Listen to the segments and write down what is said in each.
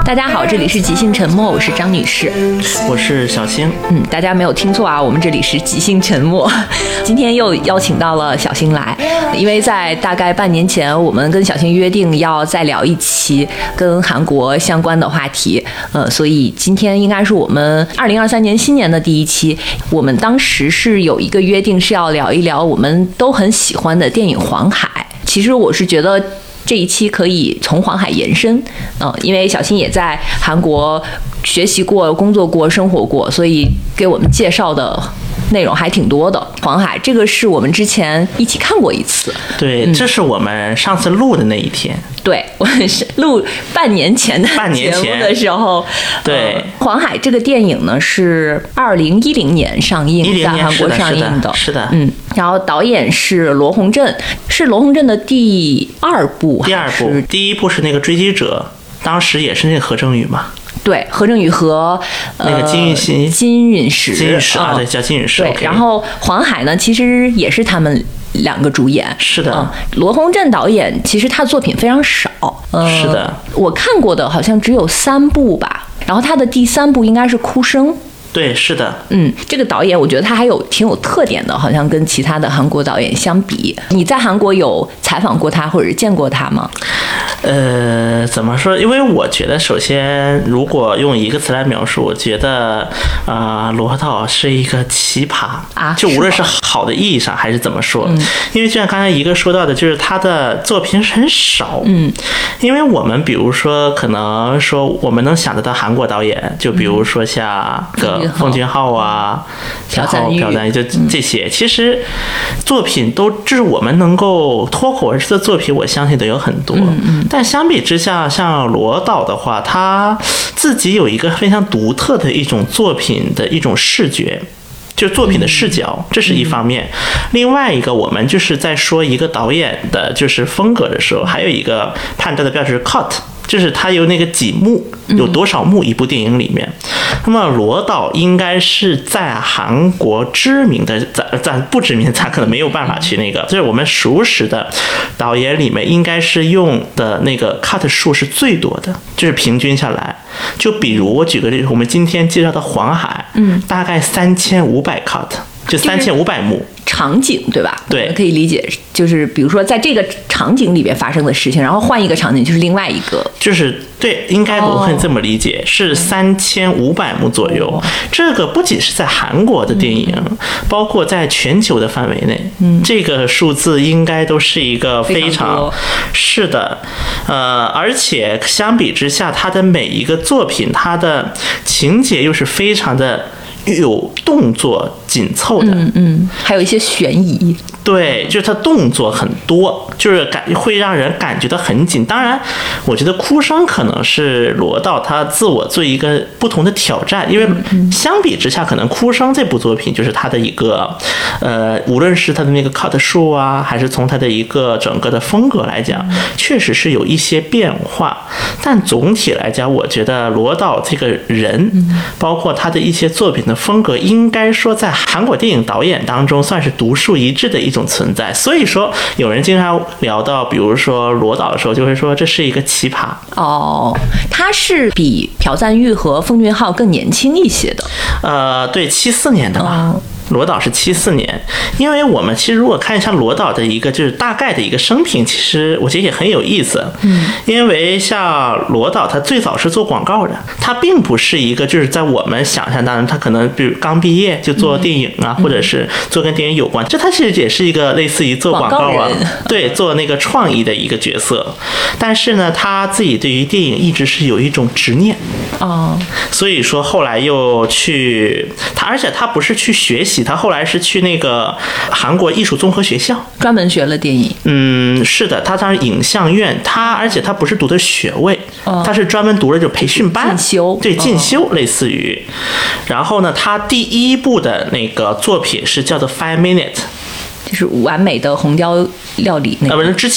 大家好，这里是即兴沉默，我是张女士， 我是小星。 大家没有听错啊，我们这里是即兴沉默。今天又邀请到了小星来，因为在大概半年前，我们跟小星约定要再聊一期跟韩国相关的话题，所以今天应该是我们2023年新年的第一期。我们当时是有一个约定，是要聊一聊我们都很喜欢的电影《黄海》。其实我是觉得这一期可以从黄海延伸，因为小新也在韩国学习过、工作过、生活过，所以给我们介绍的内容还挺多的。黄海这个是我们之前一起看过一次， 对，这是我们上次录的那一天。 对，我们是录半年前的节目的时候。 对， 黄海这个电影呢是2010年上映，在韩国上映的， 是的。 然后导演是罗洪镇，是罗洪镇的第二部。 第一部是那个《追击者》，当时也是那个何正宇嘛。 对，何正宇和那个金允石啊，对，叫金允石。 对， okay。 然后黄海呢，其实也是他们两个主演。 是的， 罗洪镇导演其实他的作品非常少， 是的， 我看过的好像只有3部吧。然后他的第3部应该是《哭声》。 对，是的， 这个导演我觉得他还挺有特点的，好像跟其他的韩国导演相比。你在韩国有采访过他或者见过他吗？ 怎么说？因为我觉得，首先，如果用一个词来描述，我觉得，罗导是一个奇葩啊， 就无论是好的意义上还是怎么说，因为就像刚才一个说到的，就是他的作品很少，因为我们比如说，可能说我们能想得到韩国导演，就比如说像奉俊昊啊、朴赞郁就这些，其实作品都就是我们能够脱口而出的作品，我相信都有很多。但相比之下，像罗导的话，他自己有一个非常独特的一种作品的一种视觉，就是作品的视角，这是一方面。另外一个，我们就是在说一个导演的就是风格的时候，还有一个判断的标准是 cut， 就是他有那个几幕，有多少幕一部电影里面。那么罗导应该是在韩国知名的，咱不知名，咱可能没有办法去那个，就是我们熟识的导演里面，应该是用的那个 cut 数是最多的，就是平均下来。就比如我举个例子，我们今天介绍的黄海，大概3500 cut， 就3500幕。 场景对吧？ 对， 可以理解，就是比如说在这个场景里边发生的事情，然后换一个场景就是另外一个， 就是对，应该我会这么理解，是3500幕左右。这个不仅是在韩国的电影，包括在全球的范围内，这个数字应该都是一个非常是的，而且相比之下，它的每一个作品，它的情节又是非常的有动作紧凑的， 还有一些悬疑。 对，就是它动作很多，就是会让人感觉到很紧。当然，我觉得哭声可能是罗导他自我做一个不同的挑战，因为相比之下，可能哭声这部作品就是他的一个，无论是他的那个 cut 数啊，还是从他的一个整个的风格来讲，确实是有一些变化。但总体来讲，我觉得罗导这个人，包括他的一些作品的风格，应该说在韩国电影导演当中算是独树一帜的一种存在。所以说有人经常聊到比如说罗导的时候，就会说这是一个奇葩。 他是比朴赞郁和奉俊昊更年轻一些的。 对，74年的嘛。罗导是74年，因为我们其实如果看一下罗导的一个就是大概的一个生平，其实我觉得也很有意思。因为像罗导他最早是做广告的，他并不是一个就是在我们想象当中，他可能比如刚毕业就做电影啊，或者是做跟电影有关，这他其实也是一个类似于做广告啊，对，做那个创意的一个角色。但是呢，他自己对于电影一直是有一种执念。所以说后来又去他，而且他不是去学习，他后来是去那个韩国艺术综合学校专门学了电影。 是的，他当时影像院，而且他不是读的学位，他是专门读了就培训班进修， 对，进修类似于。然后呢，他第一部的那个作品是叫做 5 Minute， 就是完美的红椒料理那个。 不是之前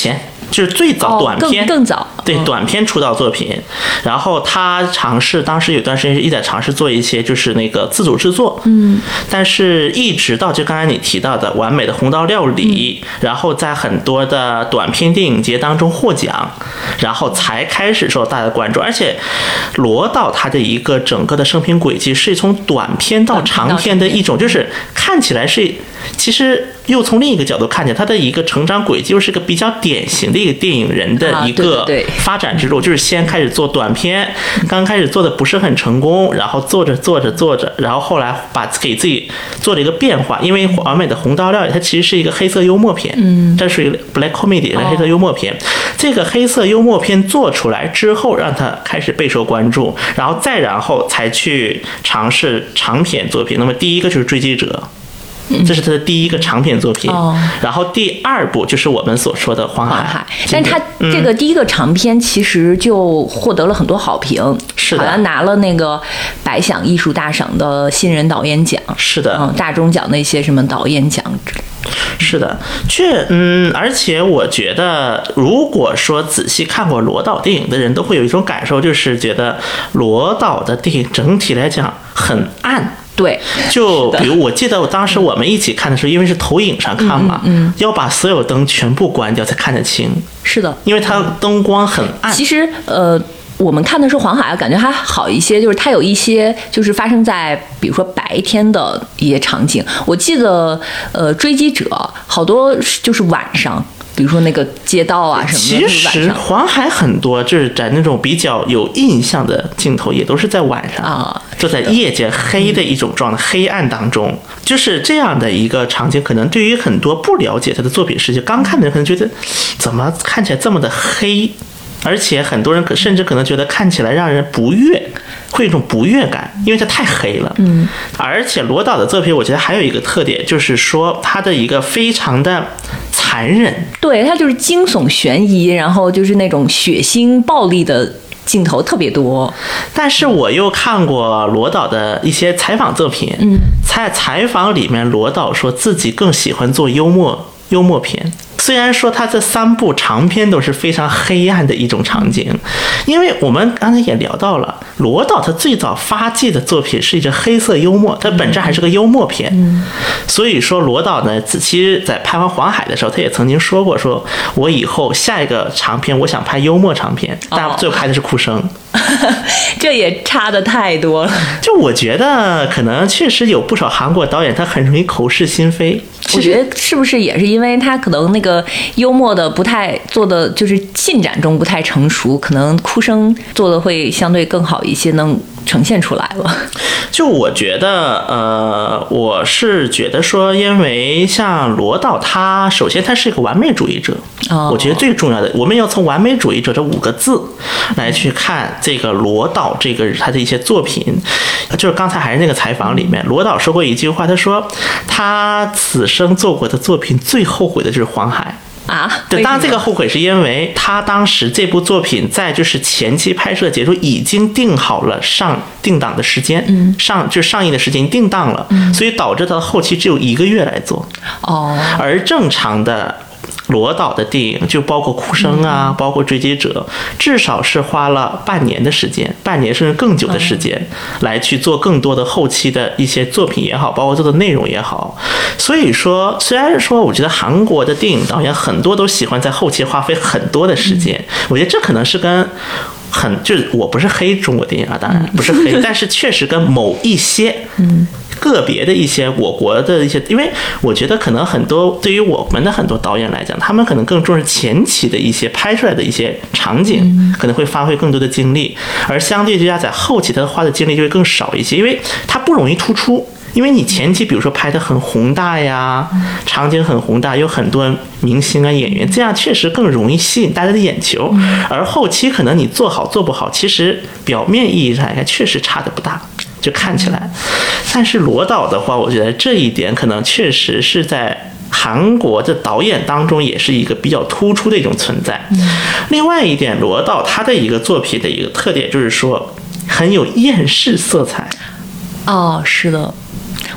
就是最早短片， 更早， 对，短片出道作品。然后他当时有段时间一直在尝试做一些就是那个自主制作，但是一直到就刚才你提到的完美的红刀料理，然后在很多的短片电影节当中获奖，然后才开始受到大家的关注。而且罗导他的一个整个的生平轨迹是从短片到长片的一种，就是看起来是其实又从另一个角度看见他的一个成长轨迹，又是一个比较典型的一个电影人的一个发展之路，就是先开始做短片，刚开始做的不是很成功，然后做着，然后后来给自己做了一个变化。因为完美的红刀料理它其实是一个黑色幽默片，这是一个 black comedy 的黑色幽默片。这个黑色幽默片做出来之后，让他开始备受关注，然后才去尝试长片作品。那么第一个就是《追击者》，这是他的第一个长篇作品，然后第二部就是我们所说的《黄海》， 但他这个第一个长篇其实就获得了很多好评， 是的， 好像拿了那个百想艺术大赏的新人导演奖， 是的， 大中奖那些什么导演奖。 是的，而且我觉得，如果说仔细看过罗导电影的人，都会有一种感受，就是觉得罗导的电影整体来讲很暗。 对， 就比如我记得当时我们一起看的时候，因为是投影上看嘛，要把所有灯全部关掉才看得清。 是的， 因为它灯光很暗。 其实我们看的是黄海，感觉还好一些，就是它有一些就是发生在比如说白天的一些场景。我记得追击者好多就是晚上。比如说那个街道啊什么的， 其实黄海很多就是在那种比较有印象的镜头，也都是在晚上啊， 就在夜间黑的一种状态，黑暗当中，就是这样的一个场景。可能对于很多不了解他的作品世界，刚看的人可能觉得怎么看起来这么的黑，而且很多人甚至可能觉得看起来让人不悦，会有一种不悦感，因为它太黑了。而且罗导的作品，我觉得还有一个特点，就是说他的一个非常的残忍， 对，它就是惊悚悬疑，然后就是那种血腥暴力的镜头特别多。 但是我又看过罗导的一些采访作品，在采访里面罗导说自己更喜欢做幽默片。虽然说他这3部长片都是非常黑暗的一种场景，因为我们刚才也聊到了，罗导他最早发迹的作品是一个黑色幽默，他本质还是个幽默片。所以说罗导呢，其实在拍完《黄海》的时候，他也曾经说过，说我以后下一个长片我想拍幽默长片，但最后拍的是哭声。 这也差的太多了。 就我觉得可能确实有不少韩国导演他很容易口是心非。 我觉得是不是也是因为他可能那个幽默的不太做的，就是进展中不太成熟，可能哭声做的会相对更好一些，能呈现出来了。 就我觉得我是觉得说，因为像罗导他首先他是一个完美主义者，我觉得最重要的，我们要从完美主义者这5个字来去看这个罗导这个他的一些作品。就是刚才还是那个采访里面，罗导说过一句话，他说他此生做过的作品最后悔的就是《黄海》。对，当然这个后悔是因为他当时这部作品在就是前期拍摄结束已经定好了定档的时间，上映的时间定档了，所以导致他后期只有1个月来做。而正常的罗导的电影就包括哭声啊，包括追击者，至少是花了半年的时间，半年甚至更久的时间来去做更多的后期的一些作品也好，包括做的内容也好。所以说虽然说我觉得韩国的电影导演很多都喜欢在后期花费很多的时间，我觉得这可能是跟就是我不是黑中国电影啊，当然不是黑但是确实跟某一些个别的一些我国的一些，因为我觉得可能很多对于我们的很多导演来讲，他们可能更重视前期的一些拍出来的一些场景，可能会发挥更多的精力，而相对之下在后期他花的精力就会更少一些，因为它不容易突出。因为你前期比如说拍的很宏大呀，场景很宏大，有很多明星啊演员，这样确实更容易吸引大家的眼球，而后期可能你做好做不好，其实表面意义上来看确实差的不大，就看起来。但是罗导的话，我觉得这一点可能确实是在韩国的导演当中也是一个比较突出的一种存在。另外一点，罗导他的一个作品的一个特点就是说很有厌世色彩。 是的，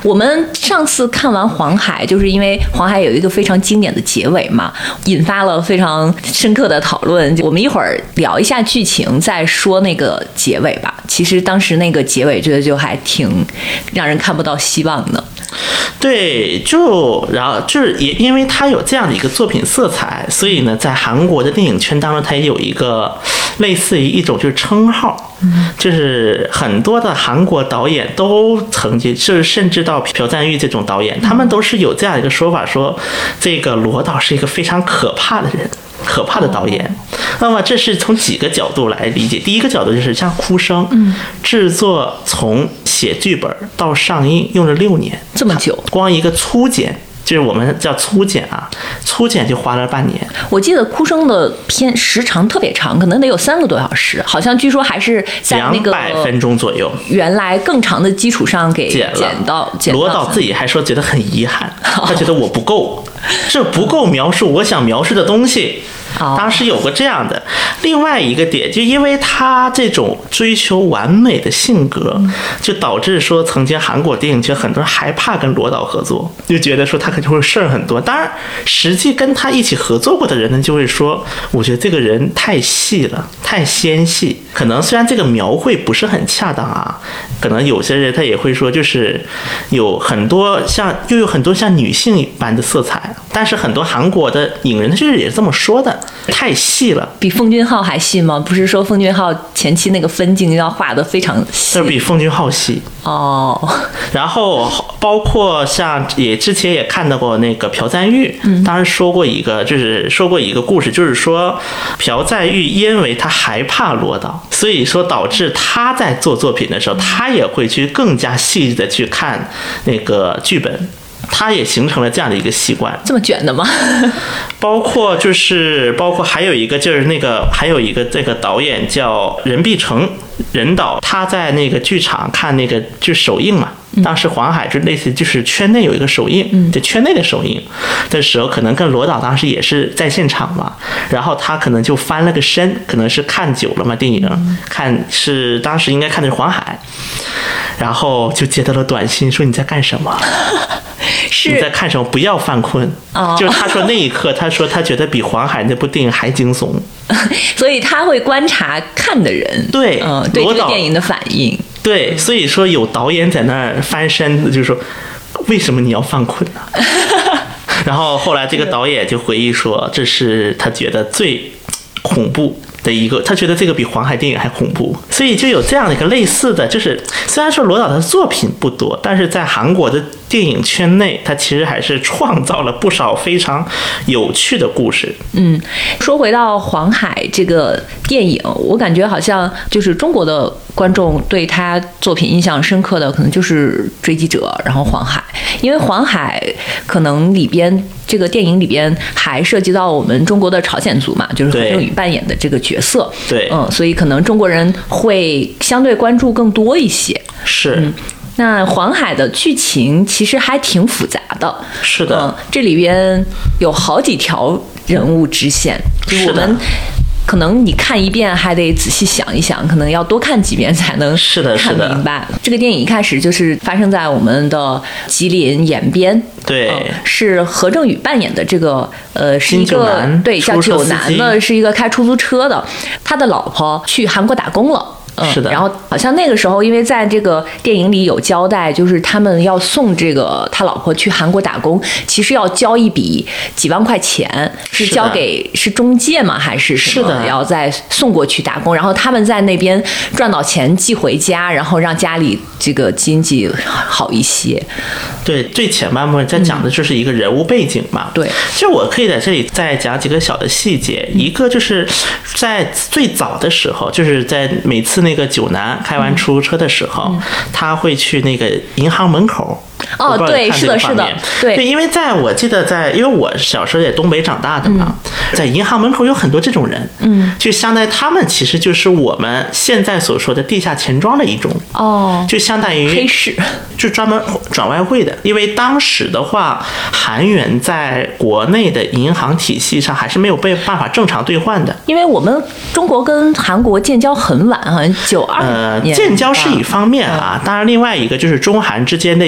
我们上次看完黄海，就是因为黄海有一个非常经典的结尾嘛，引发了非常深刻的讨论。我们一会儿聊一下剧情，再说那个结尾吧。其实当时那个结尾觉得就还挺让人看不到希望的。 对，然后就是也因为它有这样的一个作品色彩，所以呢，在韩国的电影圈当中，它也有一个类似于一种就是称号，就是很多的韩国导演都曾经，就是甚至到朴赞郁这种导演，他们都是有这样一个说法，说这个罗导是一个非常可怕的人。可怕的导演，那么这是从几个角度来理解。第一个角度就是像《哭声》，制作从写剧本到上映用了6年， 这么久， 光一个粗剪。就是我们叫粗剪啊，粗剪就花了半年。 我记得《哭声》的片时长特别长，可能得有3个多小时，好像据说还是在那个 200分钟左右， 原来更长的基础上给剪到。 罗导自己还说觉得很遗憾，他觉得我不够，这不够描述我想描述的东西。当时有过这样的。另外一个点，就因为他这种追求完美的性格，就导致说曾经韩国电影圈很多人害怕跟罗导合作，就觉得说他肯定会事儿很多。当然实际跟他一起合作过的人呢，就会说我觉得这个人太细了，太纤细，可能虽然这个描绘不是很恰当啊，可能有些人他也会说就是有很多又有很多像女性一般的色彩，但是很多韩国的影人他就是也是这么说的，太细了。 比奉俊昊还细吗？不是说奉俊昊前期那个分镜要画得非常细， 比奉俊昊细哦。 然后包括像之前也看到过那个朴赞郁，当时说过一个故事，就是说朴赞郁因为他害怕罗导，所以说导致他在做作品的时候，他也会去更加细致的去看那个剧本。他也形成了这样的一个习惯。 这么卷的吗？ 包括还有一个这个导演叫任弼成，任导，他在那个剧场看那个就首映嘛，当时黄海就类似就是圈内有一个首映，就圈内的首映的时候，可能跟罗导当时也是在现场嘛，然后他可能就翻了个身，可能是看久了嘛电影，当时应该看的是黄海，然后就接到了短信说你在干什么？你在看什么？不要犯困。就是他说那一刻，他说他觉得比黄海那部电影还惊悚。 所以他会观察看的人， 对， 对这个电影的反应。 对，所以说有导演在那儿翻身，就是说为什么你要犯困呢？然后后来这个导演就回忆说，这是他觉得最恐怖的一个，他觉得这个比黄海电影还恐怖，所以就有这样的一个类似的，就是虽然说罗导的作品不多，但是在韩国的电影圈内，他其实还是创造了不少非常有趣的故事。 说回到黄海这个电影，我感觉好像就是中国的观众对他作品印象深刻的，可能就是《追击者》，然后黄海，因为黄海可能里边这个电影里边还涉及到我们中国的朝鲜族嘛，就是何正宇扮演的这个角色。 对， 所以可能中国人会相对关注更多一些。 是。 那黄海的剧情其实还挺复杂的。 是的。 这里边有好几条人物支线，就是我们可能你看一遍还得仔细想一想，可能要多看几遍才能看明白。这个电影一开始就是发生在我们的吉林延边。 对， 是何正宇扮演的这个是一个对叫九南的，是一个开出租车的，他的老婆去韩国打工了。 是的。 然后好像那个时候，因为在这个电影里有交代，就是他们要送这个他老婆去韩国打工，其实要交一笔几万块钱，是交给是中介吗还是什么？ 是的， 要再送过去打工，然后他们在那边赚到钱寄回家，然后让家里这个经济好一些。 对，最前半部分在讲的就是一个人物背景嘛。 对， 就我可以在这里再讲几个小的细节。一个就是在最早的时候，就是在每次那个九南开完出租车的时候，他会去那个银行门口。 对，是的，是的， 对，因为我记得因为我小时候也东北长大的嘛，在银行门口有很多这种人，就相当于他们其实就是我们现在所说的地下钱庄的一种，就相当于黑市， 就专门转外汇的。因为当时的话，韩元在国内的银行体系上还是没有办法正常兑换的， 因为我们中国跟韩国建交很晚，好像92年。 建交是一方面啊，当然另外一个就是中韩之间的一个就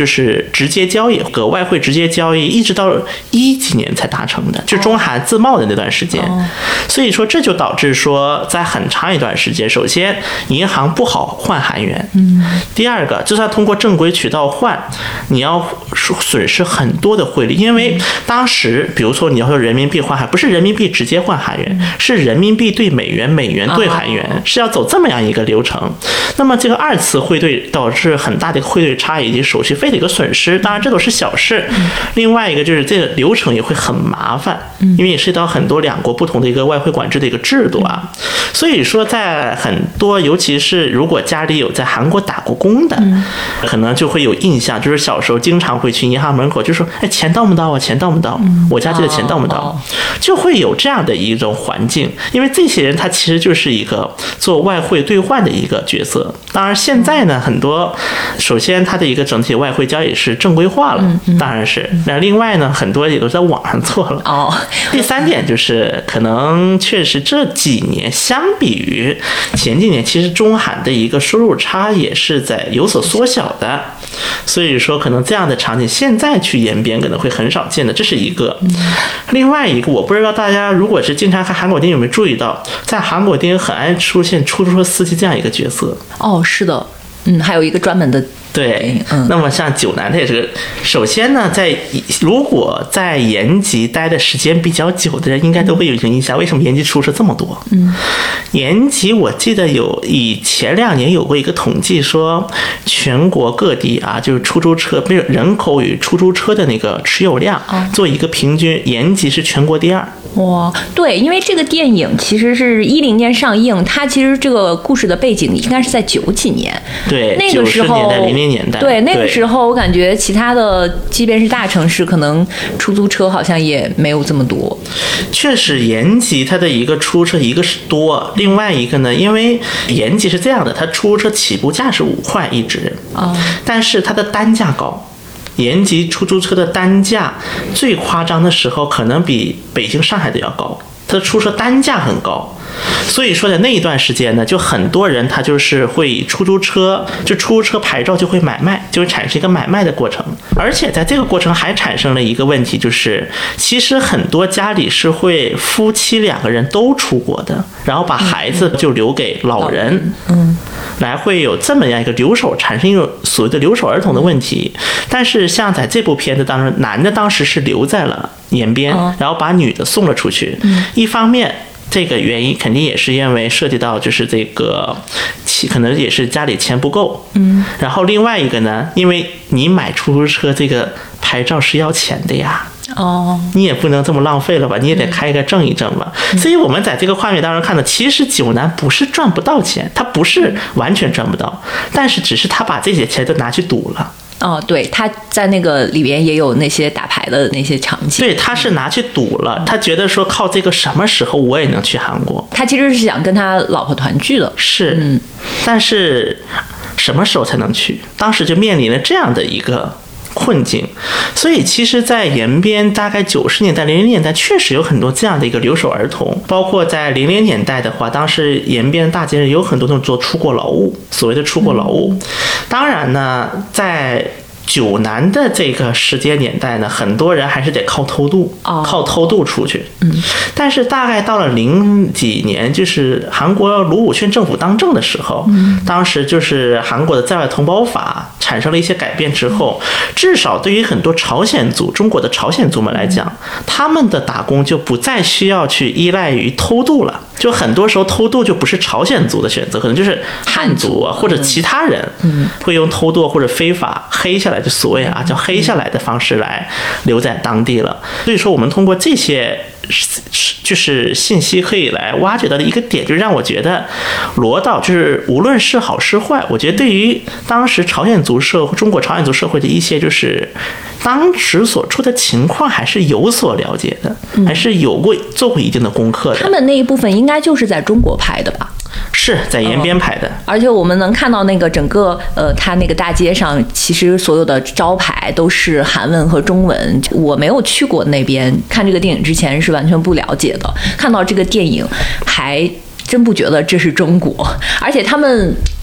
就是直接交易和外汇直接交易，一直到10几年才达成的，就中韩自贸的那段时间。所以说这就导致说，在很长一段时间，首先银行不好换韩元，第二个，就算通过正规渠道换，你要损失很多的汇率，因为当时比如说你要用人民币换韩，不是人民币直接换韩元，是人民币兑美元，美元兑韩元，是要走这么样一个流程。那么这个2次汇兑导致很大的一个汇率差以及手续费的一个损失，当然这都是小事。另外一个就是这个流程也会很麻烦，因为也涉及到很多两国不同的一个外汇管制的一个制度啊。所以说在很多，尤其是如果家里有在韩国打过工的，可能就会有印象，就是小时候经常会去银行门口就说，哎，钱到不到啊，钱到不到，我家这个钱到不到，就会有这样的一种环境。因为这些人他其实就是一个做外汇兑换的一个角色。当然现在呢，很多首先它的一个整体外汇交易是正规化了，当然是。那另外呢，很多也都在网上做了。第3点就是可能确实这几年相比于前几年，其实中韩的一个收入差也是在有所缩小的。所以说可能这样的场景现在去延边可能会很少见的，这是一个。另外一个，我不知道大家如果是经常看韩国电影有没有注意到，在韩国电影很爱出现出租车司机这样一个角色。 是的，还有一个专门的。 对，那么像九南的这个，首先呢，如果在延吉待的时间比较久的人，应该都会有一个印象，为什么延吉出租车这么多？延吉我记得以前2年有过一个统计，说全国各地啊，就是出租车人口与出租车的那个持有量做一个平均，延吉是全国第2。 哇，对，因为这个电影其实是10年上映，它其实这个故事的背景应该是在90几年， 对， 那个时候 90年代、00年代， 对，那个时候我感觉其他的，即便是大城市，可能出租车好像也没有这么多。 确实，延吉它的一个出租车一个是多，另外一个呢，因为延吉是这样的，它出租车起步价是5块一只，但是它的单价高。延吉出租车的单价最夸张的时候，可能比北京、上海的要高，它的出租车单价很高。所以说在那一段时间呢，就很多人他就是会以出租车牌照就会买卖，就会产生一个买卖的过程。而且在这个过程还产生了一个问题，就是其实很多家里是会夫妻2个人都出国的，然后把孩子就留给老人，来会有这么样一个产生一种所谓的留守儿童的问题。但是像在这部片子当中，男的当时是留在了延边，然后把女的送了出去。一方面这个原因肯定也是因为涉及到就是这个可能也是家里钱不够，然后另外一个呢，因为你买出租车这个牌照是要钱的呀，你也不能这么浪费了吧，你也得开一个挣一挣吧。所以我们在这个画面当中看到，其实九南不是赚不到钱，他不是完全赚不到，但是只是他把这些钱都拿去赌了。 对，他在那个里边也有那些打牌的那些场景。 对，他是拿去赌了，他觉得说靠这个什么时候我也能去韩国。 他其实是想跟他老婆团聚的。 是，但是什么时候才能去？当时就面临了这样的一个困境。所以其实在延边大概90年代00年代确实有很多这样的一个留守儿童，包括在00年代的话，当时延边大街上有很多那种做出国劳务，所谓的出国劳务。当然呢，在九南的这个时间年代呢，很多人还是得靠偷渡，靠偷渡出去。但是大概到了00几年，就是韩国卢武铉政府当政的时候，当时就是韩国的在外同胞法产生了一些改变之后，至少对于很多朝鲜族，中国的朝鲜族们来讲，他们的打工就不再需要去依赖于偷渡了。就很多时候偷渡就不是朝鲜族的选择，可能就是汉族啊或者其他人会用偷渡或者非法黑下来，就所谓叫黑下来的方式来留在当地了。所以说我们通过这些就是信息可以来挖掘到的一个点，就让我觉得罗导就是无论是好是坏，我觉得对于当时中国朝鲜族社会的一些就是当时所处的情况还是有所了解的，还是做过一定的功课的。 他们那一部分应该就是在中国拍的吧？ 是在延边拍的， 而且我们能看到那个整个它那个大街上，其实所有的招牌都是韩文和中文。我没有去过那边，看这个电影之前是完全不了解的。看到这个电影，还真不觉得这是中国，而且他们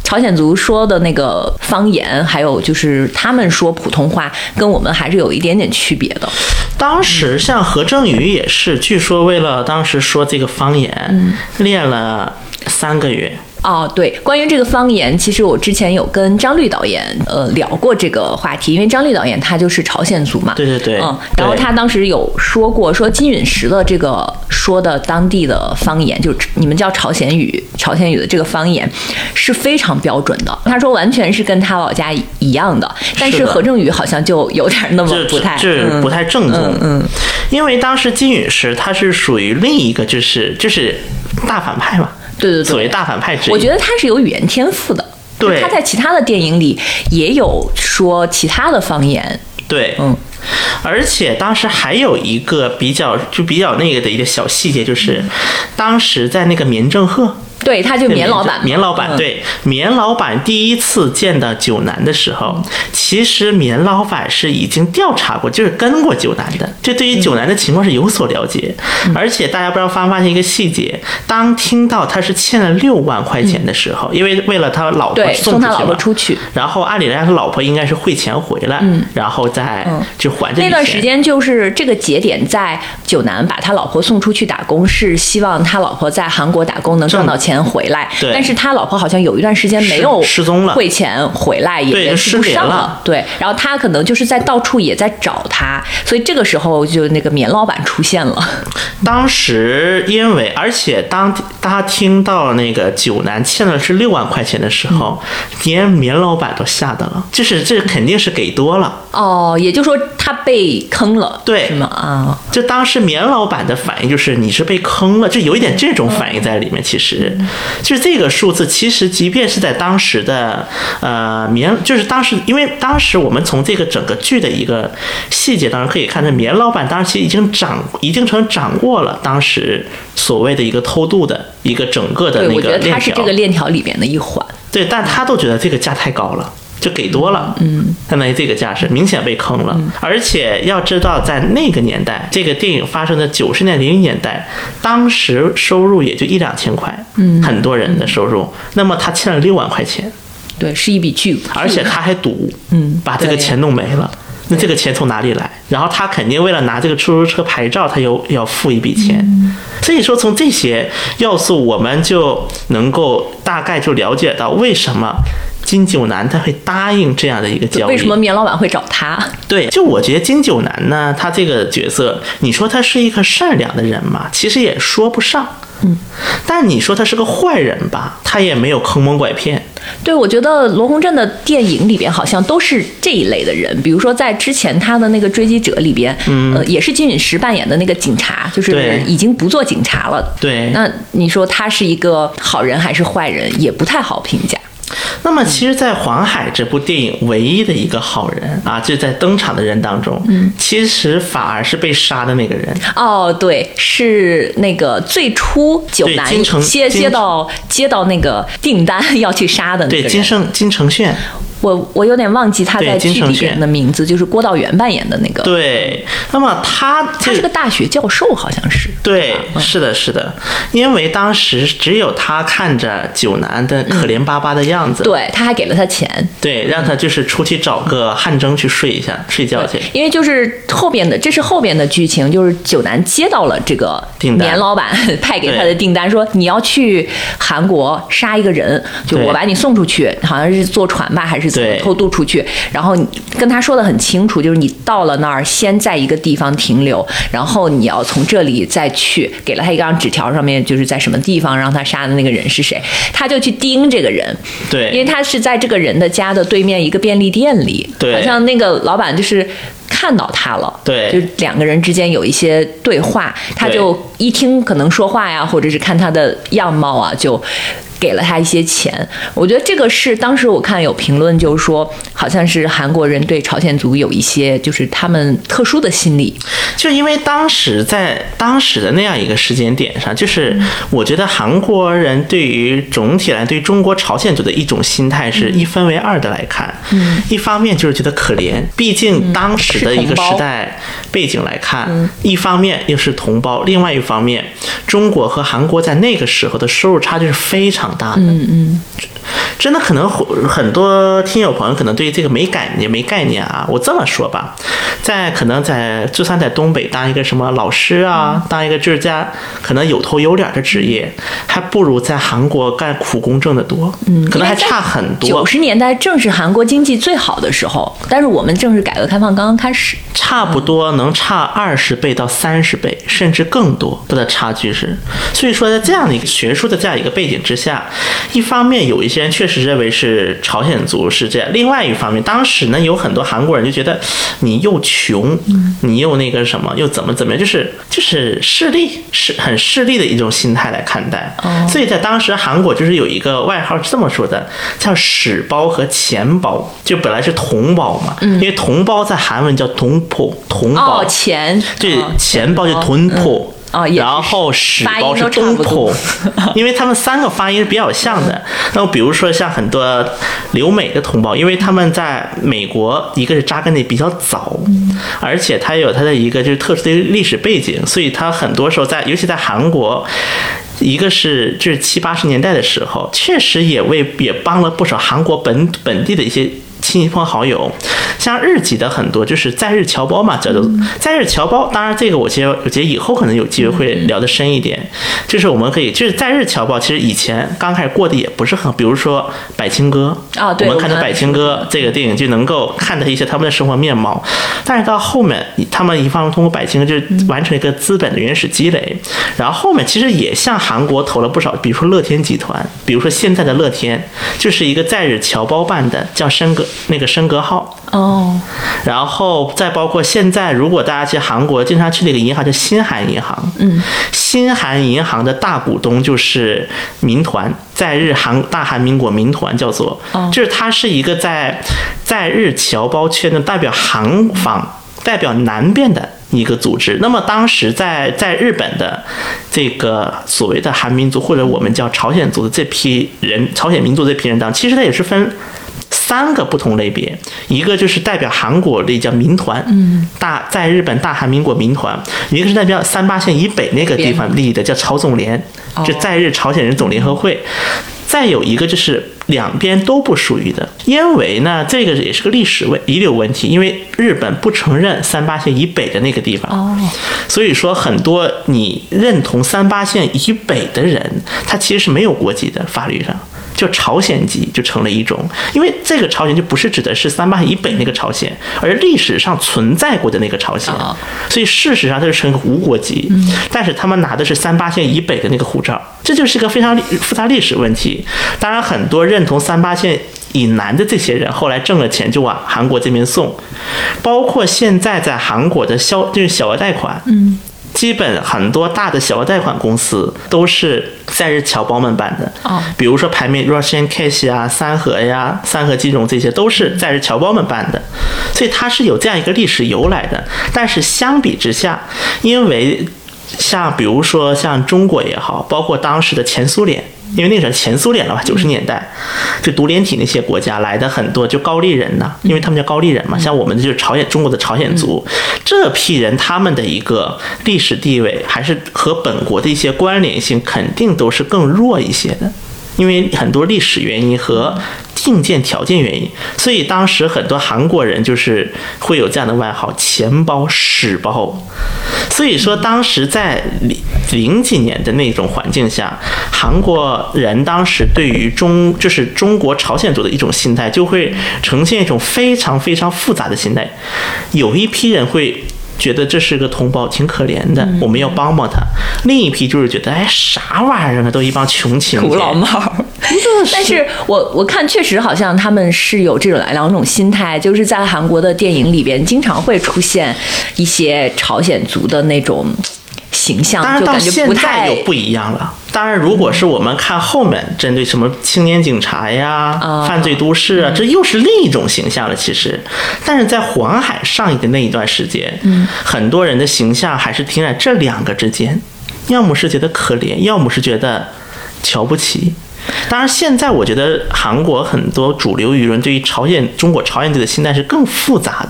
朝鲜族说的那个方言，还有就是他们说普通话，跟我们还是有一点点区别的。 当时像何正宇也是，据说为了当时说这个方言，练了3个月。 哦，对，关于这个方言，其实我之前有跟张律导演聊过这个话题，因为张律导演他就是朝鲜族嘛， 对对对， 然后他当时有说过，说金允石的这个说的当地的方言，就是你们叫朝鲜语的这个方言是非常标准的，他说完全是跟他老家一样的，但是何正宇好像就有点那么不太， 就是不太正宗，因为当时金允石他是属于另一个就是大反派嘛。对对对，所谓大反派之一， 我觉得他是有语言天赋的。 对， 他在其他的电影里也有说其他的方言。 对，而且当时还有一个比较那个的一个小细节，就是当时在那个棉正赫。 对，他就棉老板。 棉老板，对，棉老板第一次见到九南的时候，其实棉老板是已经调查过，就是跟过九南的，就对于九南的情况是有所了解。而且大家不知道发现一个细节，当听到他是欠了6万块钱的时候，因为为了他老婆送他老婆出去， 然后按理来说他老婆应该是汇钱回来，然后再就还这笔钱。 那段时间就是这个节点，在九南把他老婆送出去打工，是希望他老婆在韩国打工能赚到钱回来，但是他老婆好像有一段时间没有失踪了， 汇钱回来也联系不上了，对，然后他可能就是在到处也在找他，所以这个时候就那个棉老板出现了。 当时因为而且当他听到那个九南欠的是6万块钱的时候，连棉老板都吓到了，就是这肯定是给多了。 哦，也就是说他被坑了， 对， 是吗？啊， 就当时棉老板的反应就是你是被坑了，就有一点这种反应在里面。其实就是这个数字，其实即便是在当时的就是当时，因为当时我们从这个整个剧的一个细节当中可以看到，棉老板当时其实已经掌握了当时所谓的一个偷渡的一个整个的那个链条。 我觉得他是这个链条里面的一环。 对，但他都觉得这个价太高了。就给多了，相当于这个价是明显被坑了，而且要知道，在那个年代，这个电影发生的90年00年代，当时收入也就1-2千块，很多人的收入，那么他欠了6万块钱， 对，是一笔巨额， 而且他还赌，把这个钱弄没了。那这个钱从哪里来？然后他肯定为了拿这个出租车牌照，他又要付一笔钱。所以说，从这些要素，我们就能够大概就了解到为什么金九南他会答应这样的一个交易， 为什么棉老板会找他？ 对，就我觉得金九南呢，他这个角色，你说他是一个善良的人嘛，其实也说不上。但你说他是个坏人吧，他也没有坑蒙拐骗。 对，我觉得罗洪镇的电影里边好像都是这一类的人，比如说在之前他的那个追击者里边，也是金允石扮演的那个警察，就是已经不做警察了。 对， 那你说他是一个好人还是坏人，也不太好评价。 那么其实在黄海这部电影唯一的一个好人啊，就在登场的人当中，其实反而是被杀的那个人。 哦，对，是那个最初九南接到那个订单要去杀的那个人。 对，金承炫。 我有点忘记他在剧里边的名字，就是郭道元扮演的那个。 对，那么他是个大学教授，好像是。 对，是的，是的，因为当时只有他看着九南的可怜巴巴的样子， 对，他还给了他钱， 对，让他就是出去找个汗蒸去睡觉去。 因为就是这是后边的剧情，就是九南接到了这个棉老板派给他的订单，说你要去韩国杀一个人，就我把你送出去，好像是坐船吧，还是偷渡出去，然后你跟他说的很清楚，就是你到了那儿先在一个地方停留，然后你要从这里再去，给了他一张纸条，上面就是在什么地方让他杀的那个人是谁，他就去盯这个人。 对， 因为他是在这个人的家的对面一个便利店里， 对， 好像那个老板就是看到他了， 对， 就两个人之间有一些对话，他就一听可能说话呀，或者是看他的样貌啊，就给了他一些钱。我觉得这个是当时我看有评论就是说，好像是韩国人对朝鲜族有一些就是他们特殊的心理， 就因为在当时的那样一个时间点上，就是我觉得韩国人对于总体来对中国朝鲜族的一种心态是一分为二的来看，一方面就是觉得可怜，毕竟当时的一个时代背景来看，一方面又是同胞，另外一方面，中国和韩国在那个时候的收入差距是非常大的。真的可能很多听友朋友可能对这个没概念啊。我这么说吧，可能就算在东北当一个什么老师啊，当一个就是在可能有头有脸的职业，还不如在韩国干苦工挣得多。可能还差很多。 90年代正是韩国经济最好的时候，但是我们正是改革开放刚刚开始， 差不多能差20倍到30倍，甚至更多的差距是。所以说，在这样的一个学术的这样一个背景之下，一方面有一些人确实认为是朝鲜族是这样，另外一方面，当时呢有很多韩国人就觉得你又穷，你又那个什么，又怎么样，就是势利，是很势利的一种心态来看待。所以在当时韩国就是有一个外号是这么说的，叫屎包和钱包，就本来是同胞嘛，因为同胞在韩文叫同胞，同胞钱， 对，钱包就同胞。然后屎包是东坡，因为他们3个发音是比较像的。那么比如说像很多留美的同胞，因为他们在美国一个是扎根的比较早，而且他有他的一个就是特殊的历史背景，所以他很多时候尤其在韩国，一个是就是70、80年代的时候，确实也帮了不少韩国本地的一些亲朋好友，像日籍的很多就是在日侨胞嘛，叫做在日侨胞。当然这个我觉得以后可能有机会会聊得深一点，就是我们可以就是在日侨胞，其实以前刚开始过得也不是很，比如说百青哥对， 我们看到百青哥这个电影就能够看到一些他们的生活面貌，但是到后面他们一方面通过百青哥就完成一个资本的原始积累，然后后面其实也向韩国投了不少，比如说乐天集团，比如说现在的乐天就是一个在日侨胞办的，叫申格号。然后再包括现在，如果大家去韩国经常去那个银行叫新韩银行，新韩银行的大股东就是民团，在日大韩民国民团叫做，就是它是一个在日侨胞圈的代表韩方、代表南边的一个组织。那么当时在日本的这个所谓的韩民族，或者我们叫朝鲜族的这批人，朝鲜民族这批人当中，其实它也是分3个不同类别，一个就是代表韩国的叫民团，在日本大韩民国民团，一个是代表38线以北那个地方利益的叫朝总联，就在日朝鲜人总联合会，再有一个就是两边都不属于的，因为呢这个也是个历史遗留问题，因为日本不承认38线以北的那个地方，所以说很多你认同38线以北的人，他其实是没有国籍的，法律上就朝鲜籍就成了一种，因为这个朝鲜就不是指的是38线以北那个朝鲜，而历史上存在过的那个朝鲜，所以事实上它是成一个无国籍，但是他们拿的是38线以北的那个护照，这就是一个非常复杂历史问题。当然很多认同38线以南的这些人后来挣了钱就往韩国这边送，包括现在在韩国的就是小额贷款，基本很多大的小额贷款公司都是在日侨胞们办的，比如说排名 Russian Cash 啊、三和金融，这些都是在日侨胞们办的，所以它是有这样一个历史由来的。但是相比之下，因为比如说像中国也好，包括当时的前苏联，因为那时候前苏联了吧，90年代就独联体那些国家来的很多就高丽人呢，因为他们叫高丽人嘛，像我们就是中国的朝鲜族，这批人他们的一个历史地位还是和本国的一些关联性肯定都是更弱一些的，因为很多历史原因和硬件条件原因，所以当时很多韩国人就是会有这样的外号，钱包、屎包。所以说当时在00几年的那种环境下，韩国人当时对于就是中国朝鲜族的一种心态，就会呈现一种非常非常复杂的心态。有一批人会觉得这是个同胞，挺可怜的，我们要帮帮他。另一批就是觉得，啥玩意儿啊，都一帮穷亲戚， 土老帽。但是我看确实好像他们是有这种两种心态，就是在韩国的电影里边经常会出现一些朝鲜族的那种形象， 当然就感觉不太有不一样了。当然如果是我们看后面针对什么青年警察呀、犯罪都市啊，这又是另一种形象了其实。但是在黄海上映的那一段时间，很多人的形象还是停在这两个之间，要么是觉得可怜，要么是觉得瞧不起。当然现在我觉得韩国很多主流舆论对于中国朝鲜族的心态是更复杂的，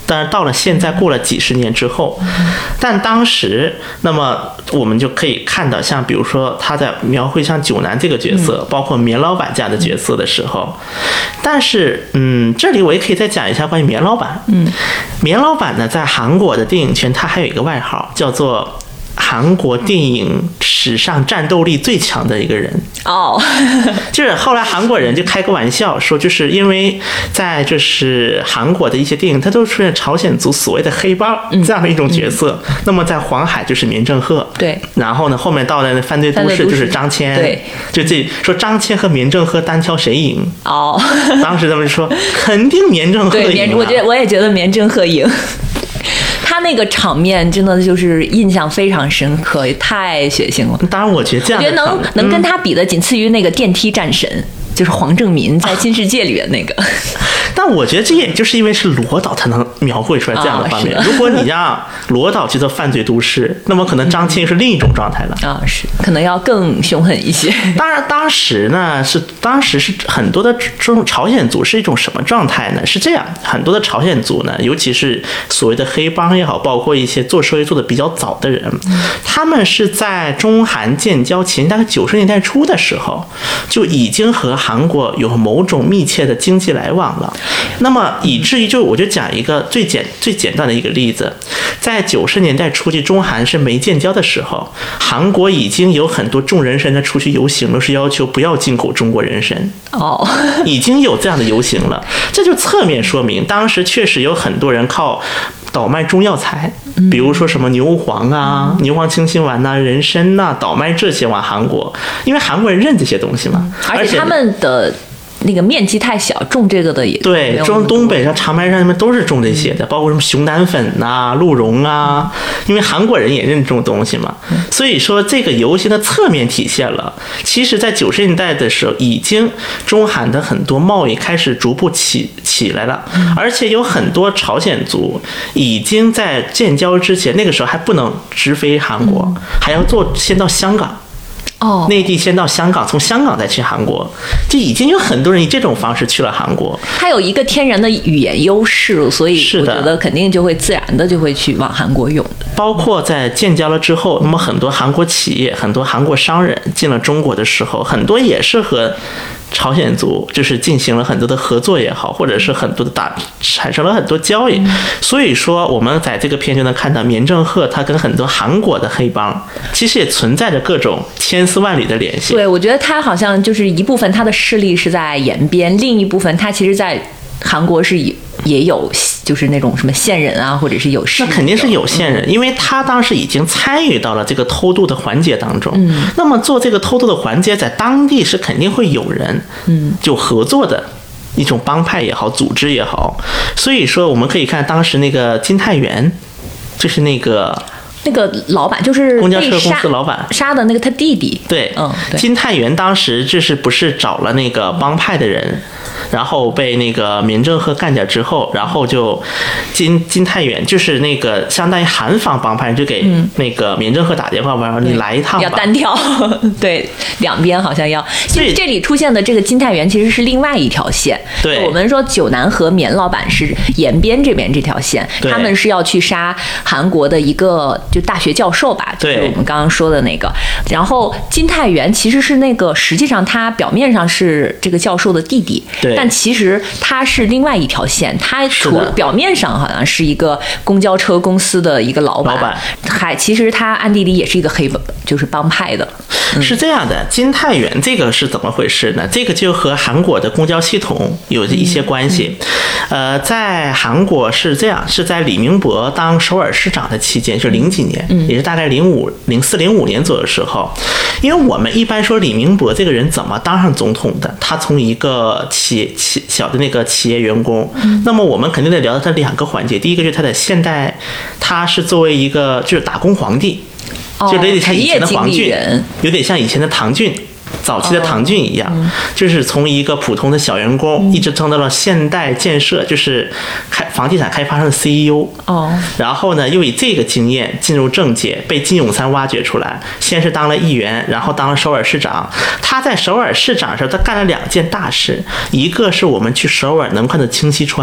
但是到了现在过了几十年之后，但当时那么我们就可以看到，像比如说他在描绘像九南这个角色，包括棉老板这样的角色的时候，但是这里我也可以再讲一下关于棉老板。棉老板呢，在韩国的电影圈他还有一个外号叫做韩国电影史上战斗力最强的一个人就是后来韩国人就开个玩笑说，就是因为在就是韩国的一些电影，它都出现朝鲜族所谓的黑帮这样的一种角色。那么在黄海就是棉正赫， 对， 然后呢后面到了犯罪都市就是张骞， 对， 就这说张骞和棉正赫单挑谁赢？当时他们就说肯定棉正赫赢我也觉得棉正赫赢。他那个场面真的就是印象非常深刻，也太血腥了。 当然，我觉得这样的， 我觉得能跟他比的，仅次于那个电梯战神，就是黄正民在《新世界》里面那个。 但我觉得这也就是因为是罗导才能描绘出来这样的画面。如果你让罗导去做犯罪都市，那么可能张骞是另一种状态了是可能要更凶狠一些。 当然，当时是很多的这种朝鲜族是一种什么状态呢？是这样，很多的朝鲜族呢，尤其是所谓的黑帮也好，包括一些做生意做的比较早的人，他们是在中韩建交前大概90年代初的时候，就已经和韩国有某种密切的经济来往了。那么以至于我就讲一个最简单的一个例子，在90年代初期中韩是没建交的时候，韩国已经有很多众人参的出去游行了，是要求不要进口中国人参已经有这样的游行了。这就侧面说明当时确实有很多人靠倒卖中药材，比如说什么牛黄啊、牛黄清心丸人参倒卖这些往韩国，因为韩国人认这些东西嘛， 而且他们的那个面积太小，种这个的也对，种东北上长白山那边都是种这些的，包括什么熊胆粉鹿茸因为韩国人也认这种东西嘛，所以说这个游行的侧面体现了，其实在90年代的时候，已经中韩的很多贸易开始逐步起来了，而且有很多朝鲜族已经在建交之前，那个时候还不能直飞韩国，还要先到香港。内地先到香港，从香港再去韩国，就已经有很多人以这种方式去了韩国。它有一个天然的语言优势，所以我觉得肯定就会自然的就会去往韩国涌。 包括在建交了之后，那么很多韩国企业、很多韩国商人进了中国的时候，很多也是和朝鲜族就是进行了很多的合作也好，或者是很多的产生了很多交易。所以说我们在这个片就能看到棉正赫他跟很多韩国的黑帮其实也存在着各种千丝万缕的联系。 对，我觉得他好像就是一部分他的势力是在延边，另一部分他其实在韩国是也有就是那种什么线人或者是有势力， 那肯定是有线人，因为他当时已经参与到了这个偷渡的环节当中。那么做这个偷渡的环节，在当地是肯定会有人就合作的一种帮派也好，组织也好。所以说我们可以看当时那个金泰元，就是那个老板，就是公交车公司老板杀的那个他弟弟。 对，金泰元当时就是不是找了那个帮派的人，然后被那个棉正赫干掉之后，然后就金泰元就是那个相当于韩方帮派就给那个棉正赫打电话，我说你来一趟吧， 要单挑。对，两边好像要。所以这里出现的这个金泰元其实是另外一条线。 对， 我们说九南和棉老板是延边这边这条线，他们是要去杀韩国的一个就大学教授吧，就是我们刚刚说的那个。然后金泰元其实是那个，实际上他表面上是这个教授的弟弟， 对， 但其实他是另外一条线，他表面上好像是一个公交车公司的一个老板，其实他暗地里也是一个黑帮，就是帮派的。 是这样的，金泰元这个是怎么回事呢？这个就和韩国的公交系统有一些关系。在韩国是这样，是在李明博当首尔市长的期间，就零几年，也是大概04、05年左右的时候。因为我们一般说李明博这个人怎么当上总统的，他从一个小的那个企业员工，那么我们肯定得聊到他两个环节。第一个就是他的现代，他是作为一个就是打工皇帝。就有点像以前的黄俊，有点像以前的唐俊，早期的唐俊一样，就是从一个普通的小员工，一直升到了现代建设，就是房地产开发商的 CEO。然后呢，又以这个经验进入政界，被金泳三挖掘出来，先是当了议员，然后当了首尔市长。他在首尔市长的时候，他干了2件大事，一个是我们去首尔能看到清溪川。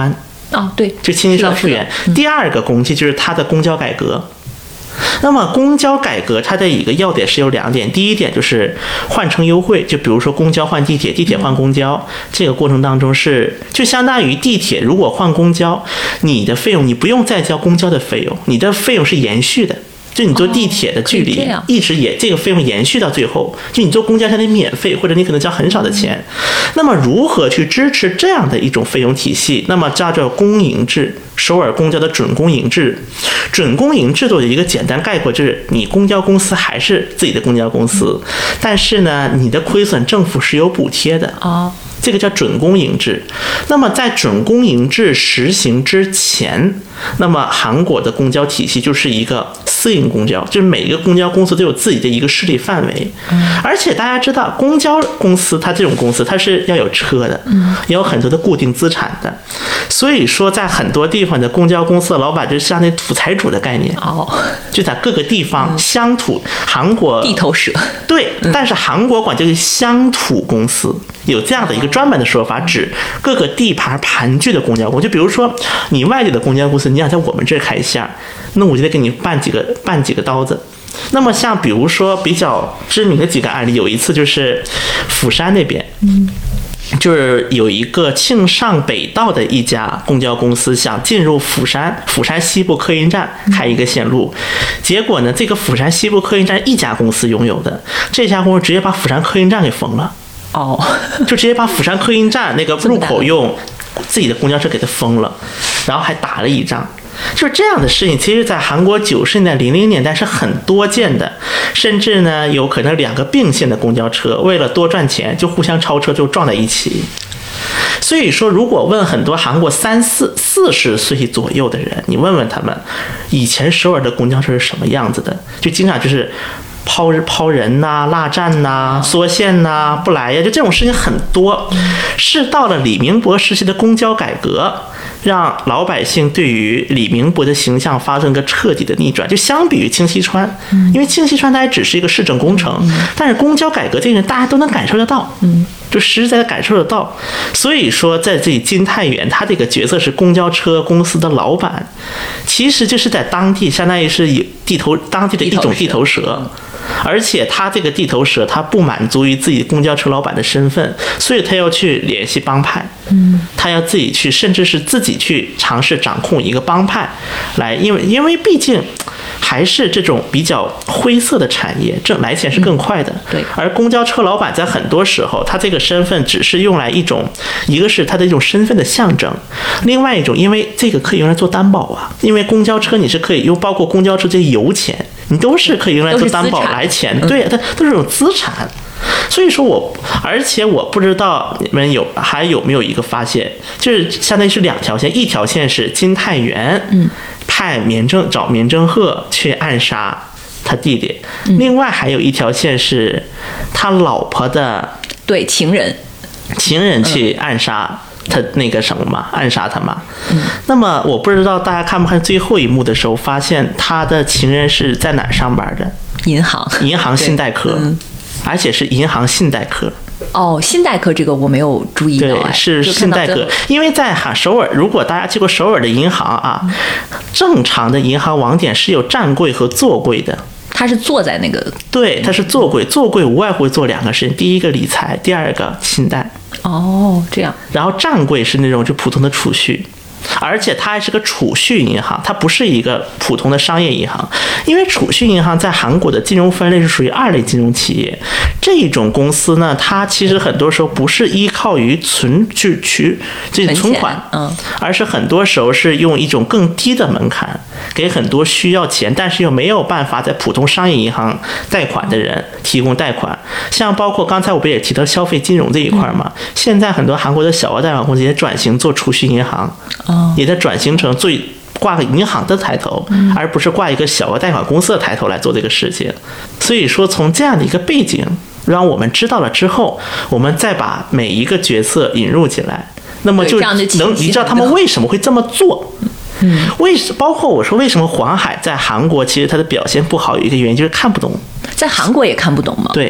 对， 就清经商复原。第二个功绩就是它的公交改革。那么公交改革它的一个要点是有2点，第一点就是换乘优惠，就比如说公交换地铁，地铁换公交，这个过程当中就相当于地铁如果换公交，你的费用你不用再交公交的费用，你的费用是延续的。就你坐地铁的距离一直这个费用延续到最后，就你坐公交它得免费，或者你可能交很少的钱。那么如何去支持这样的一种费用体系？那么叫做公营制，首尔公交的准公营制。准公营制度的一个简单概括就是你公交公司还是自己的公交公司，但是呢你的亏损政府是有补贴的。这个叫准公营制。那么在准公营制实行之前，那么韩国的公交体系就是一个私营公交，就是每一个公交公司都有自己的一个势力范围。而且大家知道公交公司它这种公司它是要有车的，也有很多的固定资产的。所以说在很多地方的公交公司的老板就是相当于土财主的概念。就在各个地方乡土，韩国地头蛇。 对，但是韩国管这个乡土公司，有这样的一个专门的说法，指各个地盘盘踞的公交公司。就比如说你外地的公交公司，你想在我们这儿开一下，那我就得给你办几个刀子。那么像比如说比较知名的几个案例，有一次就是釜山那边，就是有一个庆尚北道的一家公交公司想进入釜山西部客运站开一个线路，结果呢，这个釜山西部客运站一家公司拥有的，这家公司直接把釜山客运站给封了。就直接把釜山客运站那个入口用自己的公交车给它封了，然后还打了一仗。就是这样的事情，其实在韩国90年代、00年代是很多见的，甚至呢有可能2个并线的公交车为了多赚钱就互相超车，就撞在一起。所以说，如果问很多韩国40岁左右的人，你问问他们，以前首尔的公交车是什么样子的，就经常就是抛人呐、落站呐、缩线呐、不来呀，就这种事情很多。是到了李明博时期的公交改革，让老百姓对于李明博的形象发生一个彻底的逆转。就相比于清溪川，因为清溪川它也只是一个市政工程，但是公交改革这个大家都能感受得到，就实实在在感受得到。所以说在这里金泰元他这个角色是公交车公司的老板，其实就是在当地相当于是当地的一种地头蛇。而且他这个地头蛇，他不满足于自己公交车老板的身份，所以他要去联系帮派，他要自己去，甚至是自己去尝试掌控一个帮派来，因为毕竟还是这种比较灰色的产业，来钱是更快的。 对。 而公交车老板在很多时候，他这个身份只是用来一个是他的一种身份的象征，另外一种，因为这个可以用来做担保啊，因为公交车你是可以用，包括公交车这些油钱，你都是可以用来做担保来钱，对，它都是种资产。所以说而且我不知道你们还有没有一个发现，就是相当于是2条线，一条线是金泰元派找棉正赫去暗杀他弟弟，另外还有一条线是他老婆的情人去暗杀他那个什么嘛，暗杀他嘛。那么我不知道大家看不看最后一幕的时候，发现他的情人是在哪儿上班的？银行信贷科，而且是银行信贷科。 信贷科这个我没有注意到。 对，是信贷科。因为在首尔，如果大家去过首尔的银行啊，正常的银行网点是有站柜和座柜的。 他是坐在那个， 对，他是座柜，座柜无外乎做2个事情，第一个理财，第二个信贷。 这样。 然后站柜是那种就普通的储蓄。而且它还是个储蓄银行，它不是一个普通的商业银行，因为储蓄银行在韩国的金融分类是属于2类金融企业。这种公司呢，它其实很多时候不是依靠于存款，而是很多时候是用一种更低的门槛，给很多需要钱但是又没有办法在普通商业银行贷款的人提供贷款。像包括刚才我不也提到消费金融这一块嘛，现在很多韩国的小额贷款公司也转型做储蓄银行。也在转型成挂个银行的抬头，而不是挂一个小额贷款公司的抬头来做这个事情。所以说从这样的一个背景让我们知道了之后，我们再把每一个角色引入进来，那么就能你知道他们为什么会这么做。包括我说为什么黄海在韩国其实他的表现不好，有一个原因就是看不懂。 在韩国也看不懂吗？ 对，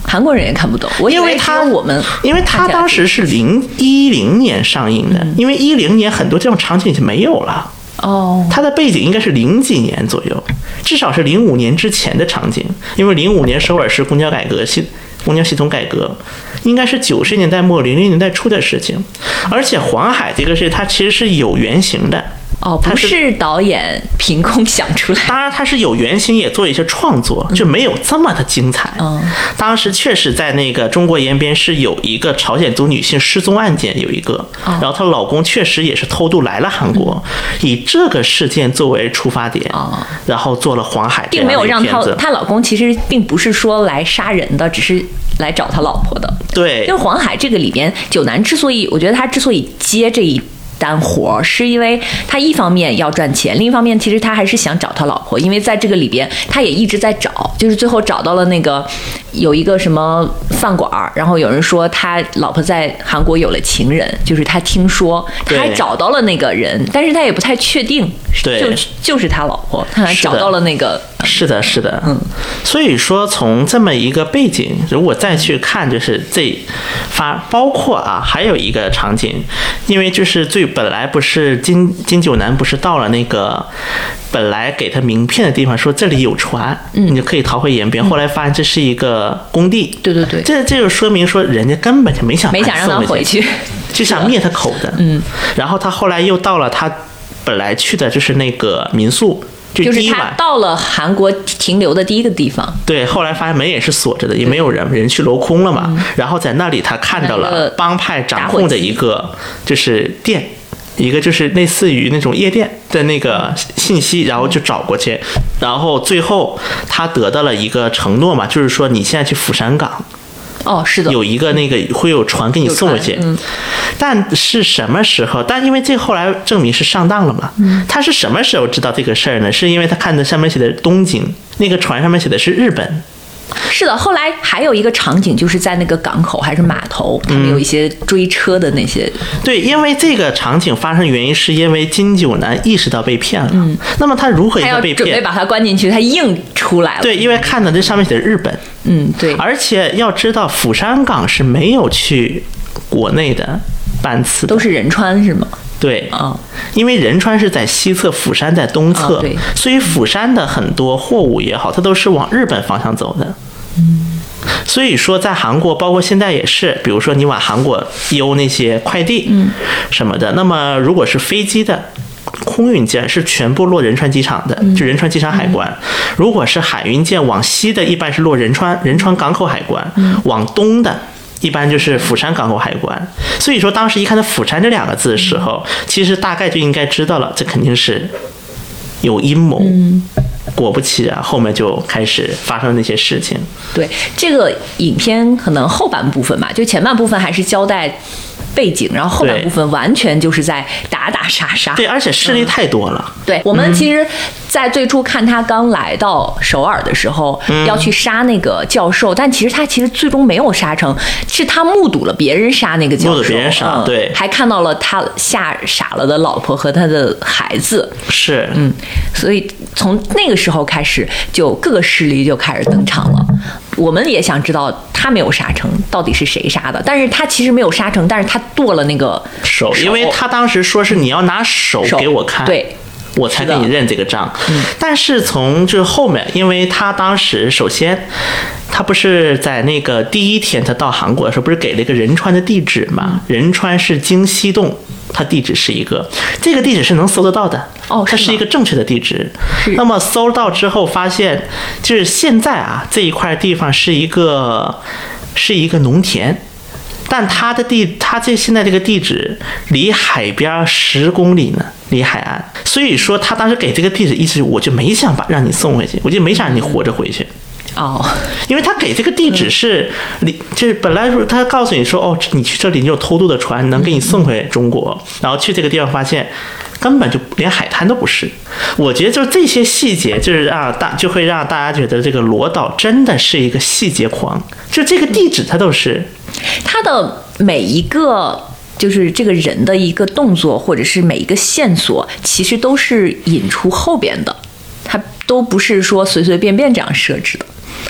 韩国人也看不懂。 因为他当时是2010年上映的，因为2010年很多这种场景已经没有了。它的背景应该是00几年左右，至少是05年之前的场景，因为05年首尔市公交系统改革，应该是90年代末00年代初的事情。而且黄海这个事它其实是有原型的。 不是导演凭空想出来， 当然他是有原型，也做一些创作，就没有这么的精彩。当时确实在那个中国延边是有一个朝鲜族女性失踪案件，有一个，然后她老公确实也是偷渡来了韩国，以这个事件作为出发点，然后做了黄海这样的一个片子。并没有让她老公其实并不是说来杀人的，只是来找他老婆的。 对， 因为黄海这个里边，九南我觉得他之所以接这一单活，是因为他一方面要赚钱，另一方面其实他还是想找他老婆，因为在这个里边他也一直在找，就是最后找到了那个有一个什么饭馆，然后有人说他老婆在韩国有了情人，就是他听说，他还找到了那个人，但是他也不太确定，就是他老婆，他还找到了那个。 是的，所以说从这么一个背景，如果再去看，就是包括还有一个场景，因为就是本来不是金九南不是到了那个本来给他名片的地方，说这里有船，你就可以逃回延边，后来发现这是一个工地。 对， 这就说明说人家根本就没想让他回去， 就想灭他口的。然后他后来又到了他本来去的就是那个民宿。 就是他到了韩国停留的第一个地方， 对，后来发现门也是锁着的，也没有人去楼空了嘛。然后在那里他看到了帮派掌控的一个就是店，一个就是类似于那种夜店的那个信息，然后就找过去，然后最后他得到了一个承诺嘛，就是说你现在去釜山港。 是的， 有一个那个会有船给你送过去，但是什么时候？但因为这后来证明是上当了嘛。他是什么时候知道这个事儿呢？是因为他看到上面写的东京，那个船上面写的是日本。 是的，后来还有一个场景，就是在那个港口还是码头，他们有一些追车的那些。 对，因为这个场景发生原因是因为金九南意识到被骗了。那么他如何被骗？他要准备把他关进去，他硬出来了。 对，因为看到这上面写的日本。 对。 而且要知道，釜山港是没有去国内的班次的， 都是仁川是吗？ 对，因为仁川是在西侧，釜山在东侧，所以釜山的很多货物也好，它都是往日本方向走的。所以说在韩国，包括现在也是，比如说你往韩国邮那些快递什么的，那么如果是飞机的空运件是全部落仁川机场的，就仁川机场海关。如果是海运件往西的，一般是落仁川港口海关，往东的一般就是釜山港口海关。所以说当时一看到釜山这2个字的时候，其实大概就应该知道了，这肯定是有阴谋。果不其然，后面就开始发生那些事情。 对，这个影片可能后半部分嘛，就前半部分还是交代背景，然后后半部分完全就是在打打杀杀。 对，而且势力太多了。 对，我们其实在最初看他刚来到首尔的时候，要去杀那个教授，但其实最终没有杀成，是他目睹了别人杀那个教授， 目睹别人杀，对， 还看到了他吓傻了的老婆和他的孩子。 是， 所以从那个时候开始，就各个势力就开始登场了。我们也想知道他没有杀成到底是谁杀的，但是他其实没有杀成，但是他剁了那个手， 因为他当时说是你要拿手给我看， 对， 我才给你认这个账。但是从这后面，因为他当时首先他不是在那个第一天他到韩国的时候不是给了一个仁川的地址吗？仁川是京西洞，它地址是一个，这个地址是能搜得到的，它是一个正确的地址。那么搜到之后发现，就是现在这一块地方是一个农田，但它现在这个地址离海边10公里呢，离海岸。所以说他当时给这个地址，意思我就没想让你送回去，我就没想让你活着回去。因为他给这个地址是，就是本来说他告诉你说，你去这里你有偷渡的船，能给你送回中国，然后去这个地方发现根本就连海滩都不是。我觉得就是这些细节，就是就会让大家觉得这个罗导真的是一个细节狂，就这个地址他都是他的每一个。就是这个人的一个动作，或者是每一个线索，其实都是引出后边的，它都不是说随随便便这样设置的。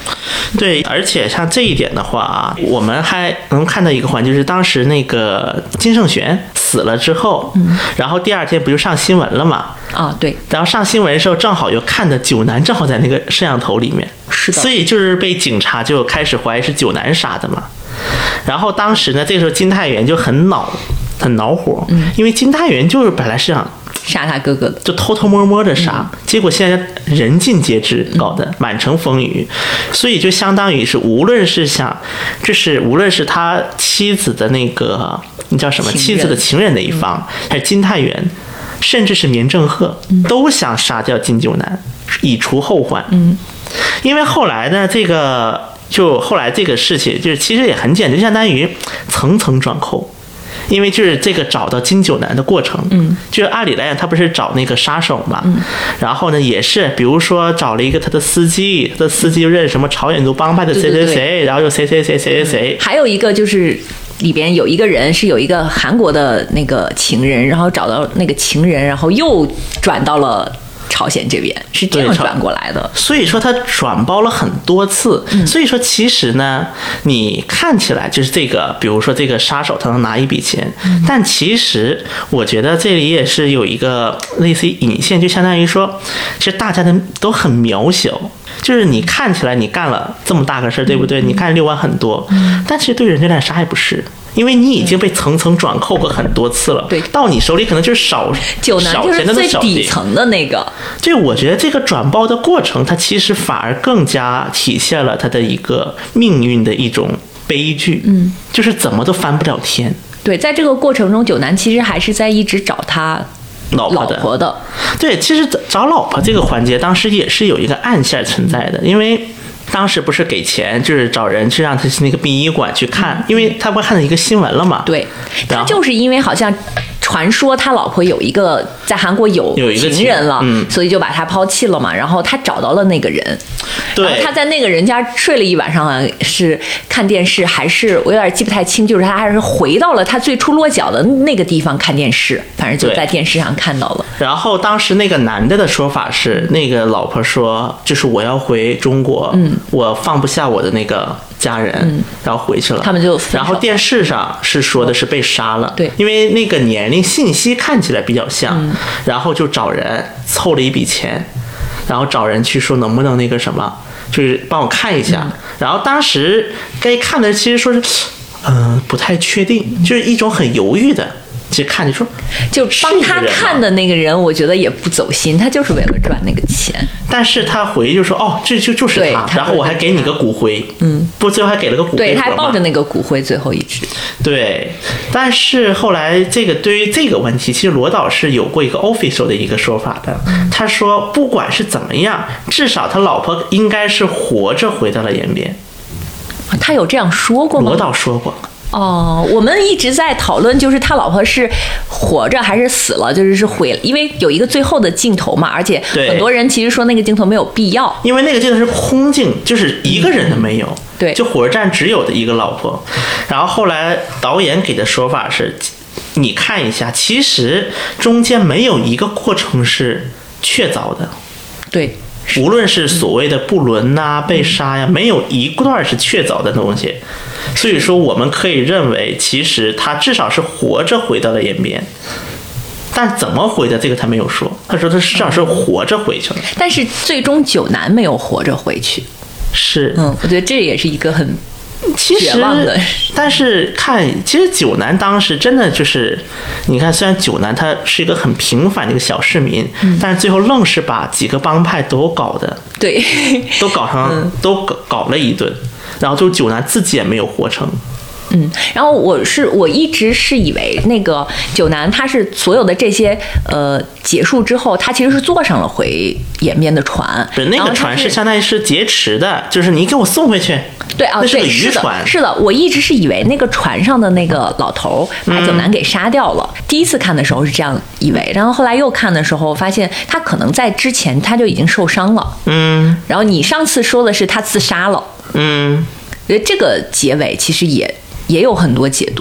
对，而且像这一点的话啊，我们还能看到一个环节，就是当时那个金圣玄死了之后，然后第二天不就上新闻了嘛？ 啊，对。 然后上新闻的时候，正好又看的九南正好在那个摄像头里面， 是的。 所以就是被警察就开始怀疑是九南杀的嘛。然后当时呢，这个时候金泰元就很恼火，因为金泰元就是本来是想杀他哥哥的， 就偷偷摸摸的杀，结果现在人尽皆知，搞得满城风雨，所以就相当于是无论是他妻子的那个你叫什么妻子的情人的一方，还是金泰元，甚至是绵正鹤，都想杀掉金九南，以除后患。因为后来呢，这个事情就是其实也很简单，就相当于层层转扣。因为就是这个找到金九南的过程，就是按理来讲，他不是找那个杀手嘛，然后呢，也是比如说找了一个他的司机，他的司机又认识什么朝鲜族帮派的谁谁谁，然后又谁， 还有一个就是里边有一个人是有一个韩国的那个情人，然后找到那个情人，然后又转到了朝鲜这边，是这样转过来的。 所以说他转包了很多次，所以说其实呢，你看起来就是这个，比如说这个杀手他能拿一笔钱，但其实我觉得这里也是有一个类似于引线，就相当于说，其实大家都很渺小。就是你看起来你干了这么大个事，对不对？你看6万很多，但其实对人家来啥也不是，因为你已经被层层转扣过很多次了。 对， 到你手里可能就是九南就是最底层的那个。 对，我觉得这个转包的过程，它其实反而更加体现了他的一个命运的一种悲剧。就是怎么都翻不了天。 对，在这个过程中，九南其实还是在一直找他老婆的。 对，其实找老婆这个环节当时也是有一个暗线存在的，因为当时不是给钱，就是找人去让他去那个殡仪馆去看，因为他不看到一个新闻了嘛。 对，他就是因为好像传说他老婆有一个在韩国有情人了，所以就把他抛弃了嘛。然后他找到了那个人， 对， 然后他在那个人家睡了一晚上，是看电视还是我有点记不太清，就是他还是回到了他最初落脚的那个地方看电视，反正就在电视上看到了。 然后当时那个男的说法是，那个老婆说，就是我要回中国，我放不下我的那个家人，然后回去了。 他们就然后电视上是说的是被杀了， 对， 因为那个年龄信息看起来比较像，然后就找人凑了一笔钱，然后找人去说能不能那个什么，就是帮我看一下。然后当时该看的其实说是，不太确定，就是一种很犹豫的。其实看你说， 就帮他看的那个人，我觉得也不走心，他就是为了赚那个钱。 但是他回忆就说，哦，这就是他，然后我还给你个骨灰，不，最后还给了个骨灰， 对，他还抱着那个骨灰，最后一直。 对，但是后来对于这个问题，其实罗导是有过一个 official 的一个说法的。他说，不管是怎么样，至少他老婆应该是活着回到了延边。 他有这样说过吗？ 罗导说过。 我们一直在讨论，就是他老婆是活着还是死了，就是毁，因为有一个最后的镜头嘛，而且很多人其实说那个镜头没有必要， 因为那个镜头是空镜，就是一个人都没有， 对， 就火车站只有的一个老婆。然后后来导演给的说法是，你看一下，其实中间没有一个过程是确凿的， 对。 无论是所谓的不伦呐、被杀呀，没有一段是确凿的东西，所以说我们可以认为，其实他至少是活着回到了延边，但怎么回的这个他没有说，他说他至少是活着回去了。 但是最终九南没有活着回去， 是， 我觉得这也是一个很绝望的。 但是其实九南当时真的就是，你看，虽然九南他是一个很平凡的一个小市民，但是最后愣是把几个帮派都搞的， 对， 都搞成，都搞了一顿，然后就九南自己也没有活成。 然后我一直是以为那个九南他是所有的这些结束之后，他其实是坐上了回延边的船， 那个船是相当于是劫持的，就是你给我送回去。 对啊， 那是个渔船。 是的，我一直是以为那个船上的那个老头把九南给杀掉了。第一次看的时候是这样以为，然后后来又看的时候发现他可能在之前他就已经受伤了。然后你上次说的是他自杀了。这个结尾其实也有很多解读。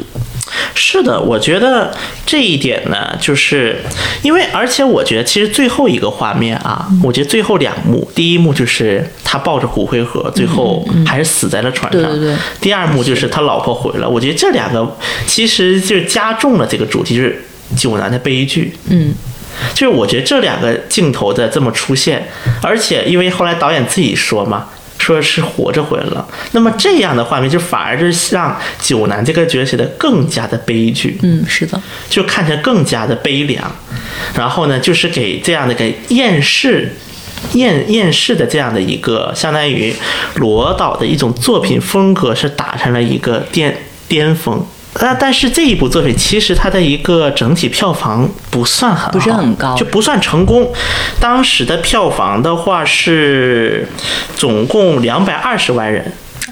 是的，我觉得这一点呢，就是因为，而且我觉得其实最后一个画面啊，我觉得最后2幕，第一幕就是他抱着骨灰盒，最后还是死在了船上。 对。 第2幕就是他老婆回了。我觉得这2个其实就是加重了这个主题，就是九南的悲剧。就是我觉得这2个镜头的这么出现，而且因为后来导演自己说嘛。说是活着回来了，那么这样的画面就反而是让九南这个角色的更加的悲剧， 是的， 就看着更加的悲凉。然后呢，就是给这样的个厌世的这样的一个，相当于罗导的一种作品风格是打上了一个巅峰。但是这一部作品其实它的一个整体票房不算很好， 不是很高， 就不算成功。当时的票房的话是总共220万人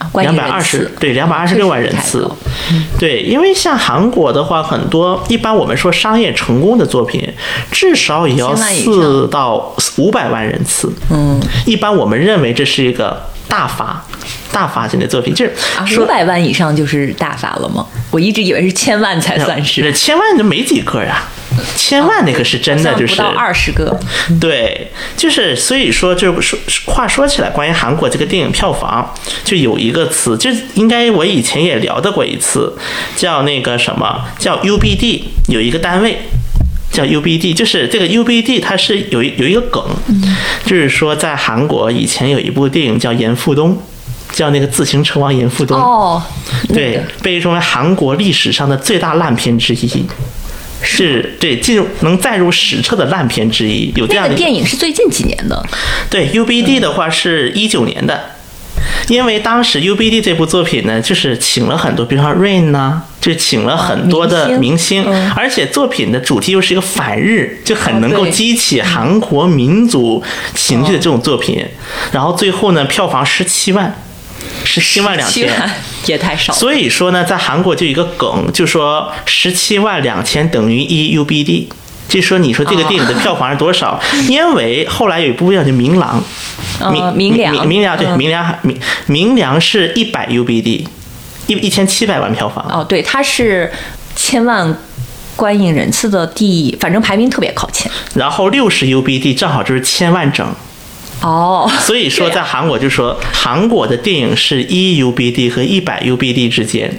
，226万人次。对，因为像韩国的话，很多一般我们说商业成功的作品，至少也要400到500万人次。一般我们认为这是一个大发型的作品，就是 500万以上就是大发了吗？我一直以为是1000万才算是。 1000万就没几个呀，1000万那个是真的，就是不到20个。 对，就是所以说，就是话说起来，关于韩国这个电影票房，就有一个词，就应该我以前也聊到过一次，叫那个什么，叫 UBD， 有一个单位。叫 UBD， 就是这个 UBD 它是有一个梗，就是说在韩国以前有一部电影叫《严复东》，叫那个自行车王严复东。对，被称为韩国历史上的最大烂片之一，是对能载入史册的烂片之一。有这样的电影是最近几年的。 对 UBD 的话是19年的。因为当时 UBD 这部作品呢，就是请了很多，比如说 Rain 呢，就请了很多的明星，而且作品的主题又是一个反日，就很能够激起韩国民族情绪的这种作品。然后最后呢，票房17万，172000 也太少了。 所以说呢，在韩国就有一个梗，就说172000等于1 UBD。就说你说这个电影的票房是多少？因为后来有一部叫《明良》， 明良对，明良是100 UBD，1700万票房。 对，它是1000万观影人次的反正排名特别靠前。 然后60 UBD 正好就是1000万整。所以说在韩国就说韩国的电影是1 UBD 和100 UBD 之间。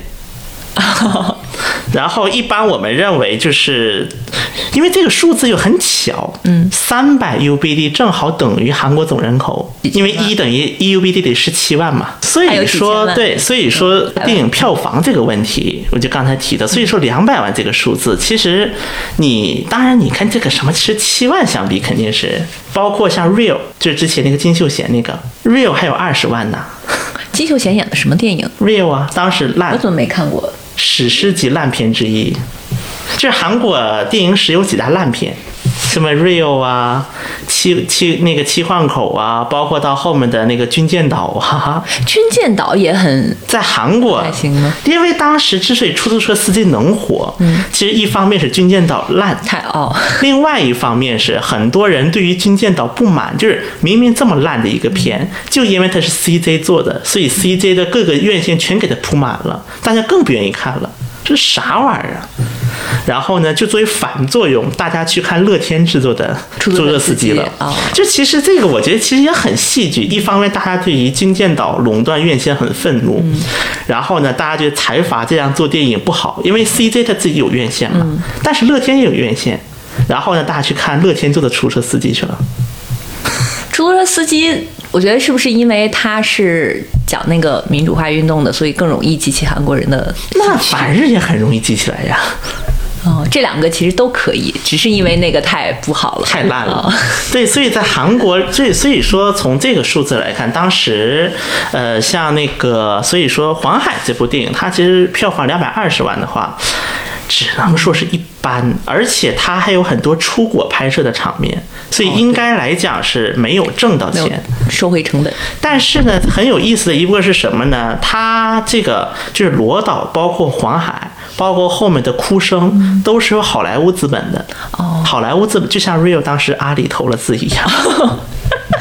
然后一般我们认为就是因为这个数字又很巧，300 UBD 正好等于韩国总人口，因为1等于1 UBD 得17万嘛，所以说对，所以说电影票房这个问题，我就刚才提的，所以说200万这个数字，其实当然你看这个什么17万相比肯定是，包括像 Real 就是之前那个金秀贤那个 Real 还有20万呢。 金秀贤演的什么电影 ？Real 啊，当时烂， 我怎么没看过？ 史诗级烂片之一，这韩国电影史有几大烂片，什么 Real 啊，那个七换口啊，包括到后面的那个军舰岛啊， 军舰岛也很在韩国还行吗？ 因为当时之所以出租车司机能火，其实一方面是军舰岛烂另外一方面是很多人对于军舰岛不满，就是明明这么烂的一个片，就因为它是 CJ 做的，所以 CJ 的各个院线全给它铺满了，大家更不愿意看了。这是啥玩意儿啊？然后呢，就作为反作用，大家去看乐天制作的出租车司机了。就其实这个我觉得其实也很戏剧。一方面，大家对于军舰岛垄断院线很愤怒，然后呢，大家觉得财阀这样做电影不好，因为 CJ 他自己有院线嘛，但是乐天也有院线。然后呢，大家去看乐天做的出租车司机去了。 出租车司机，我觉得是不是因为他是讲那个民主化运动的，所以更容易激起韩国人的？ 那反日也很容易激起来呀。 这两个其实都可以，只是因为那个太不好了， 太烂了。对，所以在韩国，所以说从这个数字来看，当时像那个，所以说《黄海》这部电影，它其实票房220万的话，只能说是一般，而且它还有很多出国拍摄的场面，所以应该来讲是没有挣到钱， 收回成本。但是呢，很有意思的一部分是什么呢？它这个就是罗导，包括《黄海》，包括后面的《哭声》，都是有好莱坞资本的。好莱坞资本就像 Real 当时阿里投了资一样。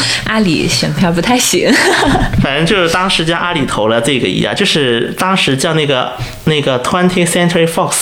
阿里选片不太行。 反正就是当时叫阿里投了这个亿啊，就是当时叫那个 20th Century Fox，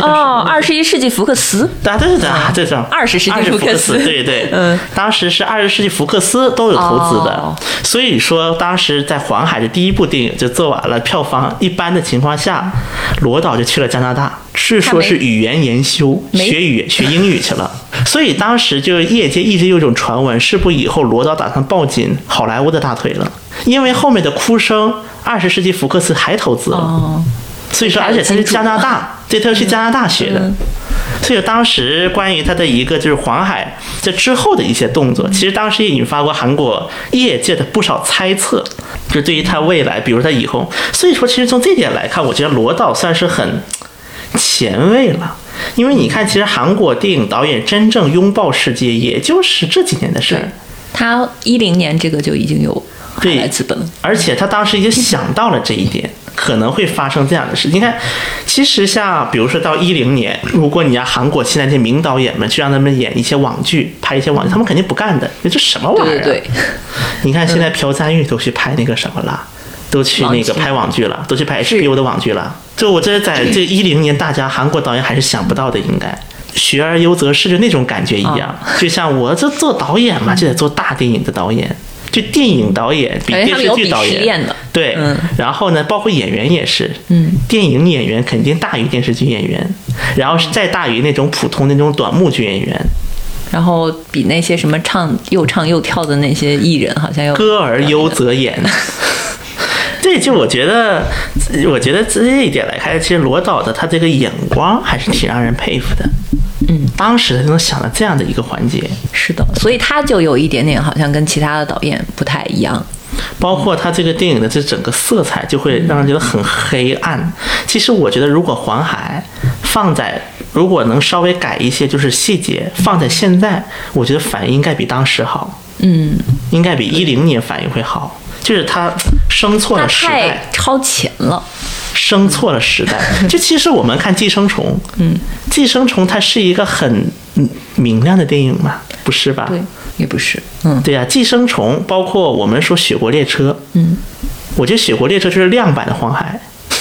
21世纪福克斯， 对，这种 20世纪福克斯， 对，当时是20世纪福克斯都有投资的，所以说当时在黄海的第一部电影就做完了，票房一般的情况下，罗导就去了加拿大，是说是语言研修，学英语去了。所以当时就业界一直有一种传闻，是不是以后罗导打算抱紧好莱坞的大腿了？因为后面的哭声20世纪福克斯还投资了，所以说而且他是加拿大，对，他是去加拿大学的。所以当时关于他的一个就是黄海这之后的一些动作，其实当时也引发过韩国业界的不少猜测，就对于他未来，比如他以后。所以说，其实从这点来看，我觉得罗导算是很前卫了。因为你看，其实韩国电影导演真正拥抱世界，也就是这几年的事儿。 他10年这个就已经有海外资本了， 而且他当时已经想到了这一点。可能会发生这样的事。你看，其实像比如说到10年，如果你让韩国现在这名导演们去让他们演一些网剧，拍一些网剧，他们肯定不干的。这什么玩意儿？ 对， 你看现在朴赞郁都去拍那个什么了，都去那个拍网剧了，都去拍 HBO 的网剧了。就我这在这10年，大家韩国导演还是想不到的，应该学而优则仕，就那种感觉一样。就像我这做导演嘛，就得做大电影的导演。就电影导演比电视剧导演，对，然后呢，包括演员也是，电影演员肯定大于电视剧演员，然后是再大于那种普通那种短幕剧演员， 然后比那些什么又唱又跳的那些艺人好像要歌而优则演。对，就我觉得这一点来看，其实罗导的他这个眼光还是挺让人佩服的。当时能想到这样的一个环节， 是的，所以他就有一点点好像跟其他的导演不太一样， 包括他这个电影的这整个色彩就会让人觉得很黑暗。其实我觉得，如果黄海如果能稍微改一些就是细节，放在现在，我觉得反应应该比当时好，应该比10年反应会好。就是他生错了时代， 他太超前了。 生错了时代，就其实我们看《寄生虫》，寄生虫它是一个很明亮的电影嘛，不是吧？ 对，也不是。 对呀，《寄生虫》包括我们说《雪国列车》，我觉得《雪国列车》就是亮版的黄海，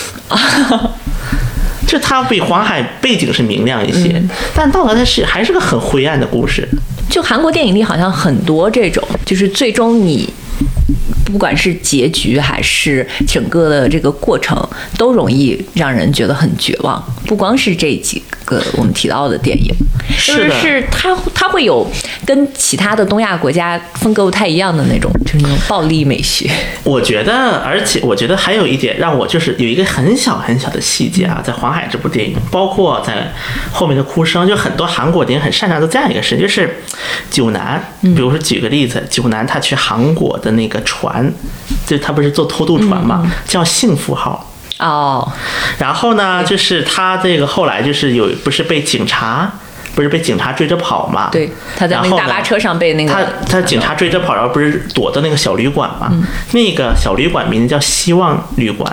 就它比黄海背景是明亮一些，但到头来它还是个很灰暗的故事。 就韩国电影里好像很多这种，就是最终你。不管是结局还是整个的这个过程，都容易让人觉得很绝望。不光是这几个我们提到的电影，就是它会有跟其他的东亚国家风格不太一样的那种，就是那种暴力美学。 我觉得，而且我觉得还有一点让我就是有一个很小很小的细节啊，在《黄海》这部电影，包括在后面的哭声，就很多韩国电影很擅长做这样一个事，就是九男，比如说举个例子，九男他去韩国的那个船，就他不是坐偷渡船嘛，叫幸福号。然后呢，就是他这个后来就是不是被警察追着跑嘛？ 对，他在那个大巴车上被那个他警察追着跑，然后不是躲到那个小旅馆嘛？那个小旅馆名字叫希望旅馆。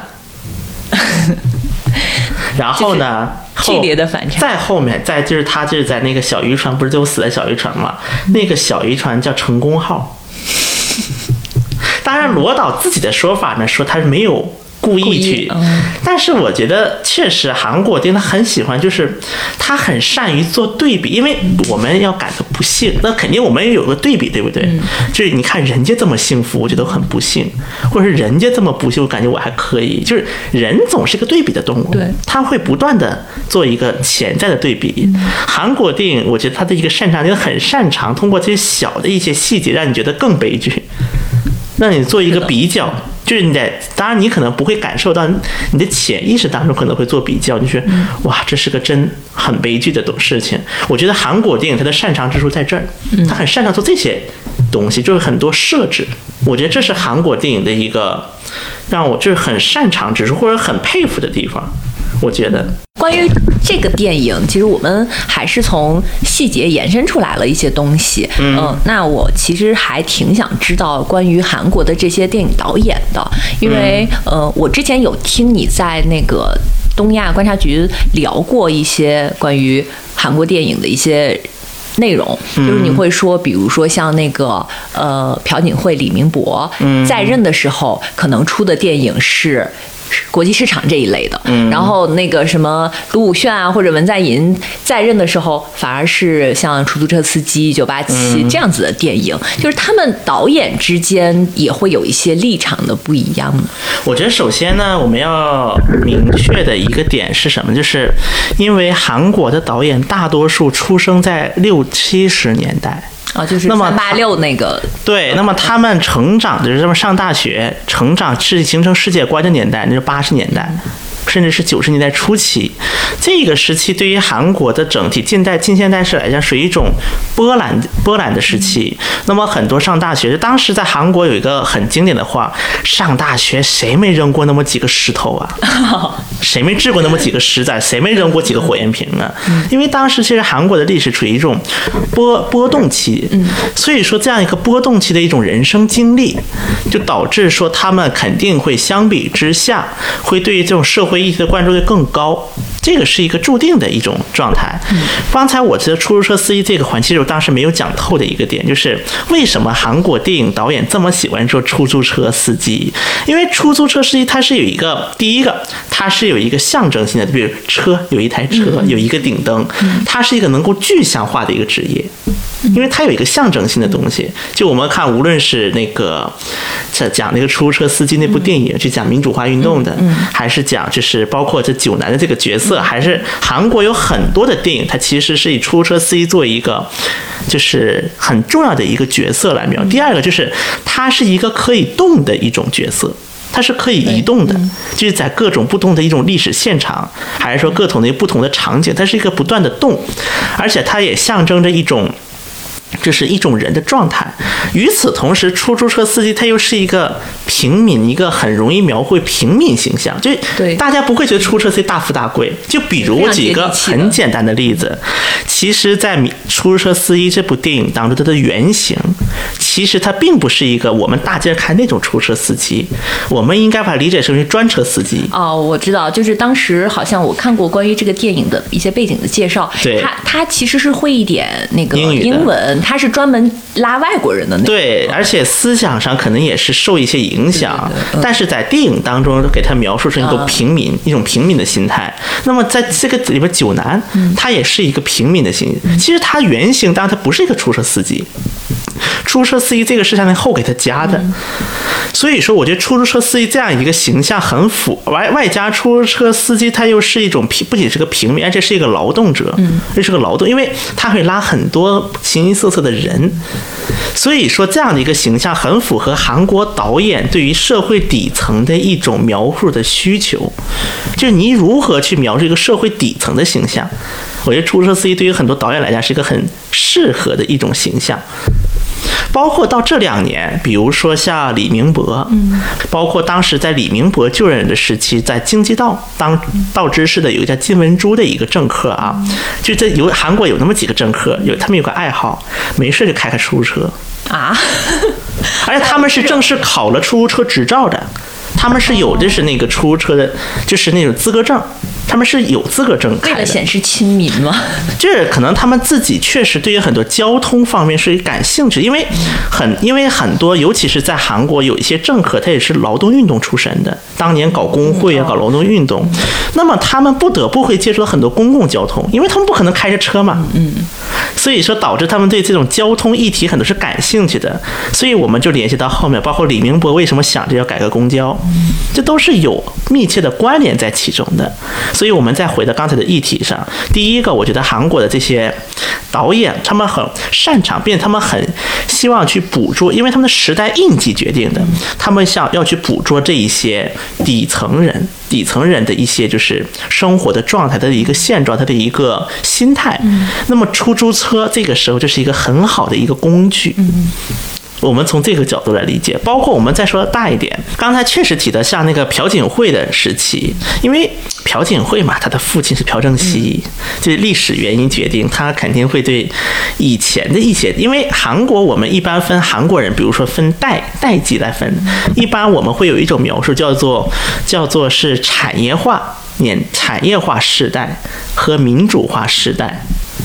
然后呢， 剧烈的反差。 再后面，就是他就是在那个小渔船，不是最后死在小渔船嘛？那个小渔船叫成功号。当然，罗导自己的说法呢，说他是没有故意去，但是我觉得确实韩国电影他很喜欢，就是他很善于做对比，因为我们要感到不幸，那肯定我们也有个对比，对不对？就是你看人家这么幸福，我觉得很不幸，或者是人家这么不幸，我感觉我还可以。就是人总是个对比的动物， 对， 他会不断的做一个潜在的对比。韩国电影我觉得他的一个擅长，就是很擅长通过这些小的一些细节，让你觉得更悲剧。让你做一个比较，就是你当然你可能不会感受到，你的潜意识当中可能会做比较，你觉得哇，这是个真很悲剧的事情。我觉得韩国电影它的擅长之处在这儿，它很擅长做这些东西，就是很多设置。我觉得这是韩国电影的一个让我就是很擅长之处，或者很佩服的地方。我觉得关于这个电影，其实我们还是从细节延伸出来了一些东西。那我其实还挺想知道关于韩国的这些电影导演的，因为我之前有听你在那个东亚观察局聊过一些关于韩国电影的一些内容，就是你会说，比如说像那个朴槿惠、李明博在任的时候，可能出的电影是国际市场这一类的，然后那个什么卢武铉啊或者文在寅在任的时候，反而是像出租车司机、987这样子的电影，就是他们导演之间也会有一些立场的不一样。 我觉得首先呢，我们要明确的一个点是什么？就是因为韩国的导演大多数出生在60、70年代。 就是386那个对，那么他们成长就是这么上大学，成长是形成世界观的年代，那是80年代。甚至是90年代初期，这个时期对于韩国的整体近现代史来讲，属于一种波澜的时期。那么很多上大学，当时在韩国有一个很经典的话：上大学谁没扔过那么几个石头啊？谁没掷过那么几个石子？谁没扔过几个火焰瓶啊？因为当时其实韩国的历史处于一种波动期，所以说这样一个波动期的一种人生经历，就导致说他们肯定会相比之下会对于这种社会议题的关注度更高，这个是一个注定的一种状态。刚才我觉得出租车司机这个环，其实我当时没有讲透的一个点，就是为什么韩国电影导演这么喜欢说出租车司机？因为出租车司机它是有一个，第一个它是有一个象征性的，比如车有一台车，有一个顶灯，它是一个能够具象化的一个职业。因为它有一个象征性的东西，就我们看，无论是那个讲那个出租车司机那部电影，就讲民主化运动的，还是讲就是包括这九男的这个角色，还是韩国有很多的电影，它其实是以出租车司机作为一个就是很重要的一个角色来描。第二个就是它是一个可以动的一种角色。它是可以移动的，就是在各种不同的一种历史现场，还是说各种的不同的场景，它是一个不断的动，而且它也象征着一种。这是一种人的状态。与此同时，出租车司机他又是一个平民，一个很容易描绘平民形象，就大家不会觉得出租车司机大富大贵。就比如我举一个很简单的例子，其实在出租车司机这部电影当中，它的原型其实它并不是一个我们大街看那种出租车司机，我们应该把它理解成为专车司机。 我知道，就是当时好像我看过关于这个电影的一些背景的介绍，他其实是会一点那个英文，他是专门拉外国人的那种。 对，而且思想上可能也是受一些影响，但是在电影当中给他描述成一个平民，一种平民的心态。那么在这个里边，九男他也是一个平民的心，其实他原型当然他不是一个出租车司机。出租车司机这个是在后给他加的，所以说我觉得出租车司机这样一个形象很符，外加出租车司机他又是一种不仅是个平民，而且是一个劳动者，这是个劳动，因为他会拉很多形形色色的人，所以说这样的一个形象很符合韩国导演对于社会底层的一种描述的需求，就是你如何去描述一个社会底层的形象。我觉得出租车司机对于很多导演来讲是一个很适合的一种形象，包括到这2年，比如说像李明博，包括当时在李明博就任的时期，在京畿道当道知事的有一个叫金文洙的一个政客啊，就在韩国有那么几个政客，他们有个爱好，没事就开出租车啊，而且他们是正式考了出租车执照的，他们是有的是那个出租车的，就是那种资格证。他们是有资格证开的， 为了显示亲民吗？ 这可能他们自己确实对于很多交通方面是感兴趣，因为很多，尤其是在韩国有一些政客，他也是劳动运动出身的，当年搞工会啊，搞劳动运动，那么他们不得不会接触到很多公共交通，因为他们不可能开着车嘛，所以说导致他们对这种交通议题很多是感兴趣的，所以我们就联系到后面，包括李明博为什么想着要改革公交，这都是有密切的关联在其中的。所以我们再回到刚才的议题上，第一个，我觉得韩国的这些导演他们很擅长，并且他们很希望去捕捉，因为他们的时代印记决定的，他们要去捕捉这一些底层人的一些就是生活的状态，他的一个现状，他的一个心态。那么出租车这个时候就是一个很好的一个工具。我们从这个角度来理解，包括我们再说大一点，刚才确实提到像那个朴槿惠的时期，因为朴槿惠嘛，他的父亲是朴正熙，这历史原因决定他肯定会对以前的一些，因为韩国我们一般分韩国人，比如说分代际来分，一般我们会有一种描述叫做是产业化世代和民主化世代。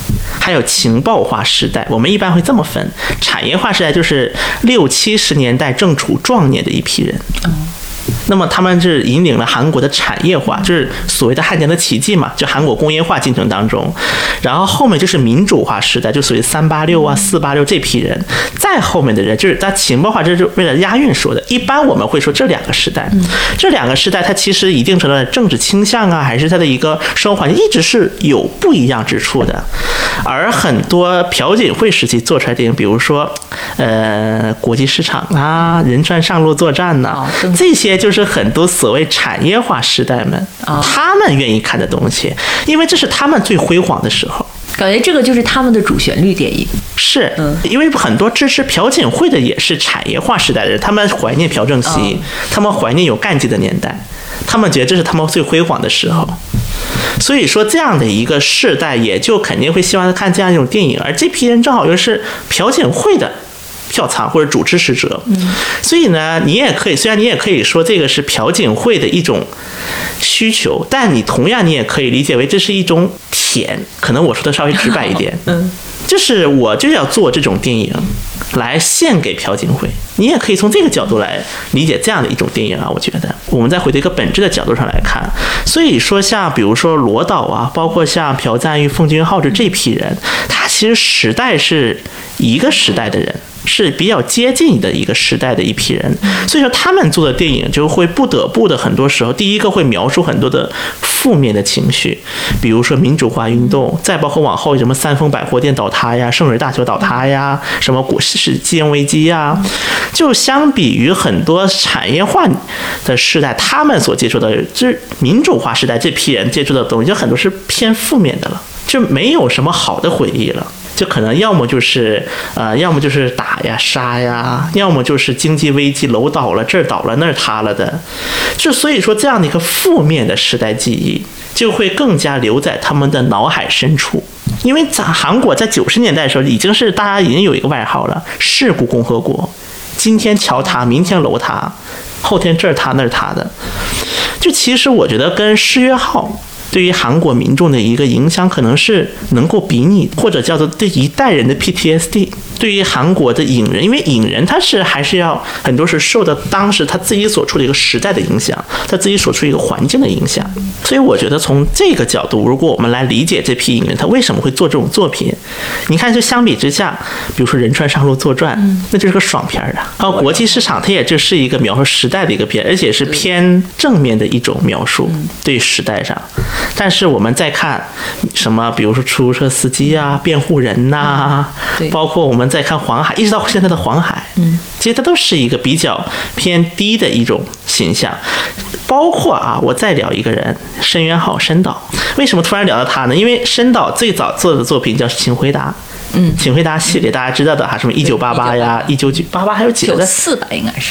还有情报化时代。我们一般会这么分，产业化时代就是60、70年代正处壮年的一批人。那么他们是引领了韩国的产业化，就是所谓的汉江的奇迹嘛，就韩国工业化进程当中。然后后面就是民主化时代，就属于386啊、486这批人。再后面的人就是他情报化，这是为了押韵说的。一般我们会说这两个时代，这两个时代它其实一定程度的政治倾向啊，还是它的一个生活环境，一直是有不一样之处的。而很多朴槿惠时期做出来的电影，比如说国际市场啊、仁川上路作战呐、这些就是很多所谓产业化时代们他们愿意看的东西，因为这是他们最辉煌的时候。 感觉这个就是他们的主旋律电影。 是，因为很多支持朴槿惠的也是产业化时代的人，他们怀念朴正熙，他们怀念有干劲的年代，他们觉得这是他们最辉煌的时候。所以说这样的一个世代也就肯定会希望看这样一种电影，而这批人正好又是朴槿惠的票仓或者主支持者，所以呢，你也可以，虽然你也可以说这个是朴槿惠的一种需求，但你同样你也可以理解为这是一种舔，可能我说的稍微直白一点，就是我就要做这种电影来献给朴槿惠，你也可以从这个角度来理解这样的一种电影啊。我觉得我们再回到一个本质的角度上来看，所以说像比如说罗导啊，包括像朴赞郁、奉俊昊这批人，他其实时代是一个时代的人，是比较接近的一个时代的一批人，所以说他们做的电影就会不得不的很多时候，第一个会描述很多的负面的情绪，比如说民主化运动，再包括往后什么三丰百货店倒塌呀、圣水大桥倒塌呀、什么股市金融危机呀，就相比于很多产业化的时代，他们所接触的就是民主化时代这批人接触的东西，就很多是偏负面的了，就没有什么好的回忆了。就可能要么就是要么就是打呀杀呀，要么就是经济危机，楼倒了这儿倒了那儿塌了的，就所以说这样的一个负面的时代记忆就会更加留在他们的脑海深处。因为在韩国在90年代的时候已经是大家已经有一个外号了，事故共和国，今天桥塌，明天楼塌，后天这儿塌那儿塌的。就其实我觉得跟世越号对于韩国民众的一个影响可能是能够比拟，或者叫做对一代人的 PTSD。 对于韩国的影人，因为影人他是还是要很多是受到当时他自己所处的一个时代的影响，他自己所处的一个环境的影响，所以我觉得从这个角度，如果我们来理解这批影人他为什么会做这种作品，你看就相比之下，比如说仁川上路作传，那就是个爽片啊。还有国际市场，它也就是一个描述时代的一个片，而且是偏正面的一种描述，对时代上。但是我们再看什么，比如说出租车司机啊、辩护人呐、包括我们再看黄海，一直到现在的黄海，其实它都是一个比较偏低的一种形象。包括啊，我再聊一个人，申元浩申导。为什么突然聊到他呢？因为申导最早做的作品叫《请回答》。请回答系列大家知道的哈，什么1988呀、1988还有几个 94吧，应该是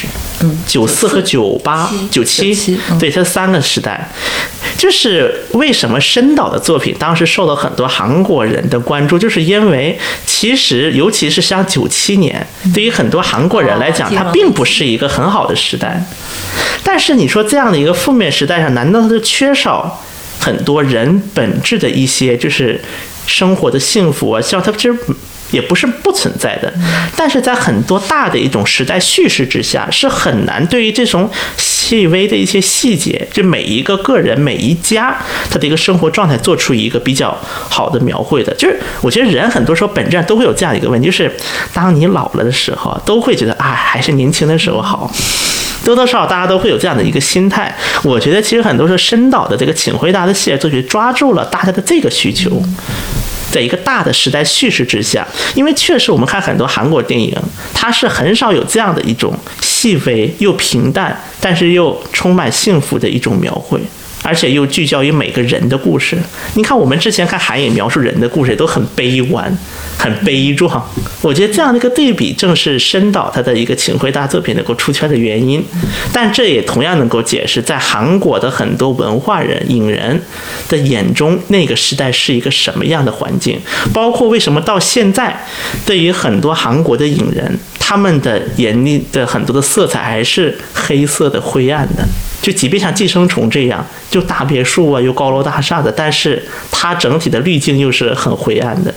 94和97，对，这3个时代。就是为什么申导的作品当时受到很多韩国人的关注，就是因为其实尤其是像97年，对于很多韩国人来讲，它并不是一个很好的时代。但是你说这样的一个负面时代上，难道它就缺少很多人本质的一些就是生活的幸福啊？像它其实也不是不存在的，但是在很多大的一种时代叙事之下，是很难对于这种细微的一些细节，就每一个个人、每一家他的一个生活状态做出一个比较好的描绘的。就是我觉得人很多时候本质上都会有这样一个问题，就是当你老了的时候，都会觉得还是年轻的时候好。多多少少大家都会有这样的一个心态。我觉得其实很多时候申导的这个请回答的系列作品抓住了大家的这个需求，在一个大的时代叙事之下，因为确实我们看很多韩国电影，它是很少有这样的一种细微又平淡但是又充满幸福的一种描绘，而且又聚焦于每个人的故事。你看我们之前看韩影描述人的故事都很悲观很悲壮，我觉得这样的一个对比正是申导他的一个请回答作品能够出圈的原因。但这也同样能够解释在韩国的很多文化人影人的眼中，那个时代是一个什么样的环境，包括为什么到现在对于很多韩国的影人，他们的眼里的很多的色彩还是黑色的灰暗的。就即便像寄生虫这样就大别墅啊又高楼大厦的，但是它整体的滤镜又是很灰暗的。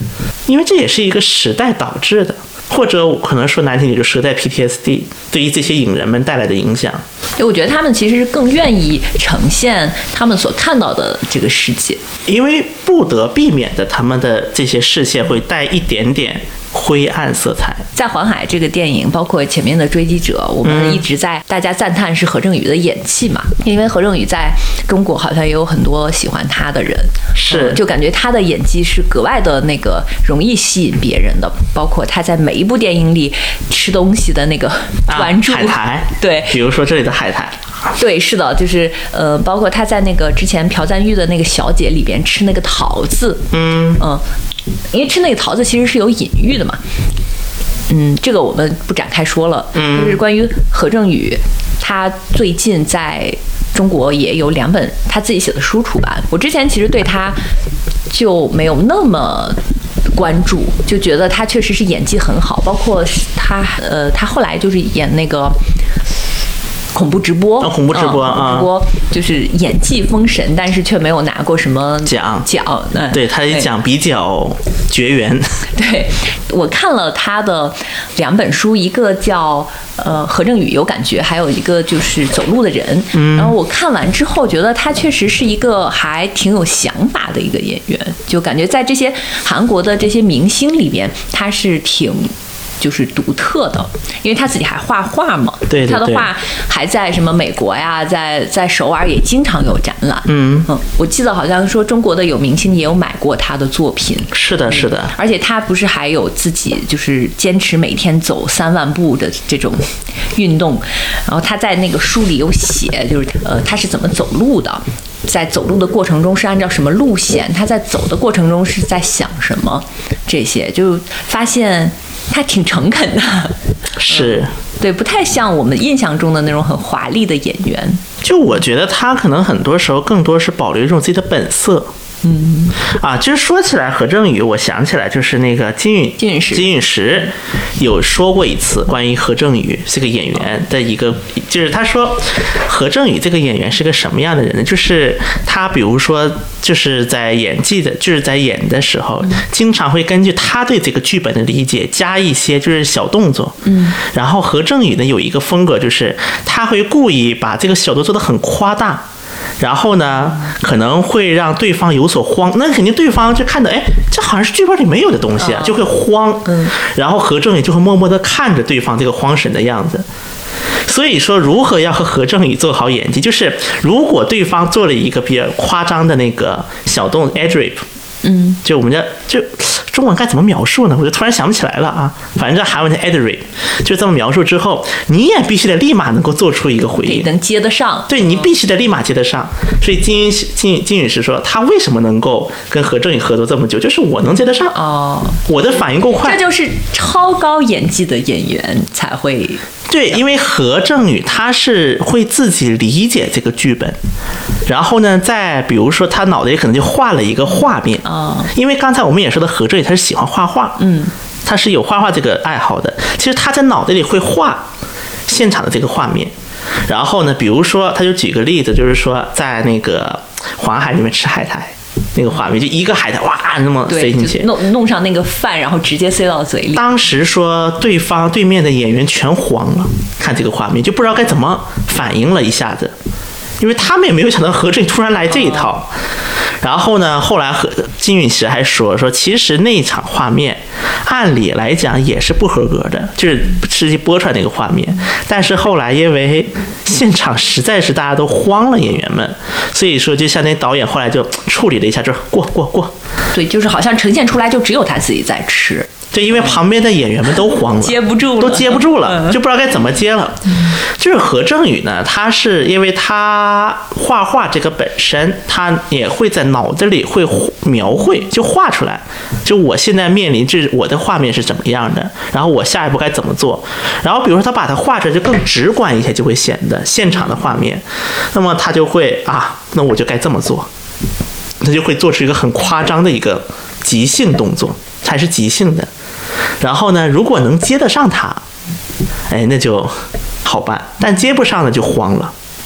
因为这也是一个时代导致的，或者可能说难听点，就时代 PTSD 对于这些影人们带来的影响。 我觉得他们其实是更愿意呈现他们所看到的这个世界， 因为不得避免的，他们的这些视线会带一点点灰暗色彩。 在《环海》这个电影，包括前面的《追击者》，我们一直在大家赞叹是何正宇的演技嘛，因为何正宇在中国好像也有很多喜欢他的人， 是， 就感觉他的演技是格外的那个容易吸引别人的，包括他在每一部电影里吃东西的那个专注， 海苔， 对， 比如说这里的海苔。 对，是的，就是包括他在那个之前朴赞玉的那个小姐里边吃那个桃子，因为吃那个桃子其实是有隐喻的嘛，这个我们不展开说了，就是关于何正宇，他最近在中国也有2本他自己写的书出版，我之前其实对他就没有那么关注，就觉得他确实是演技很好，包括他后来就是演那个恐怖直播， 恐怖直播就是演技封神，但是却没有拿过什么奖。 对，他的奖比较绝缘。 对，我看了他的2本书，一个叫何正宇有感觉，还有一个就是走路的人。然后我看完之后，觉得他确实是一个还挺有想法的一个演员，就感觉在这些韩国的这些明星里边，他是挺就是独特的，因为他自己还画画嘛， 对， 他的画还在什么美国呀，在首尔也经常有展览。我记得好像说中国的有明星也有买过他的作品。 是的，是的。 而且他不是还有自己就是坚持每天走3万步的这种运动，然后他在那个书里有写，就是他是怎么走路的。在走路的过程中是按照什么路线，他在走的过程中是在想什么，这些就发现他挺诚恳的， 是， 对，不太像我们印象中的那种很华丽的演员。 就我觉得他可能很多时候更多是保留一种自己的本色。其实说起来何正宇，我想起来就是那个金允石有说过一次关于何正宇这个演员的一个，就是他说何正宇这个演员是个什么样的人呢？就是他比如说就是在就是在演的时候，经常会根据他对这个剧本的理解加一些就是小动作。然后何正宇呢有一个风格，就是他会故意把这个小动作做得很夸大。然后呢，可能会让对方有所慌，那肯定对方就看到，哎，这好像是剧本里没有的东西啊，就会慌。然后何正宇就会默默地看着对方这个慌神的样子。所以说，如何要和何正宇做好演技，就是如果对方做了一个比较夸张的那个小动 adlib，就我们就中文该怎么描述呢？我就突然想不起来了啊。反正韩文的 adlib 就这么描述之后，你也必须得立马能够做出一个回应， 能接得上。 对，你必须得立马接得上。所以金允石说，他为什么能够跟何正宇合作这么久，就是我能接得上我的反应够快。 这就是超高演技的演员才会。 对，因为何正宇他是会自己理解这个剧本，然后呢，再比如说他脑袋里可能就画了一个画面因为刚才我们也说的何正宇他是喜欢画画，他是有画画这个爱好的。其实他在脑袋里会画现场的这个画面，然后呢，比如说他就举个例子，就是说在那个黄海里面吃海苔。那个画面就一个海苔哇那么塞进去， 弄上那个饭，然后直接塞到嘴里。 当时说对面的演员全慌了，看这个画面就不知道该怎么反应了一下子，因为他们也没有想到何正宇突然来这一套。然后呢，后来金允石还说其实那一场画面按理来讲也是不合格的，就是实际播出来那个画面，但是后来因为现场实在是大家都慌了，演员们，所以说就像那导演后来就处理了一下，就过。 对，就是好像呈现出来就只有他自己在吃。 对，因为旁边的演员们都慌了，都接不住了，就不知道该怎么接了。就是何正宇呢，他是因为他画画这个本身，他也会在脑子里会描绘，就画出来，就我现在面临这我的画面是怎么样的，然后我下一步该怎么做。然后比如说他把它画出来就更直观一些，就会显得现场的画面。那么他就会那我就该这么做，他就会做出一个很夸张的一个即兴动作，还是即兴的。然后呢，如果能接得上他，那就好办，但接不上呢就慌了。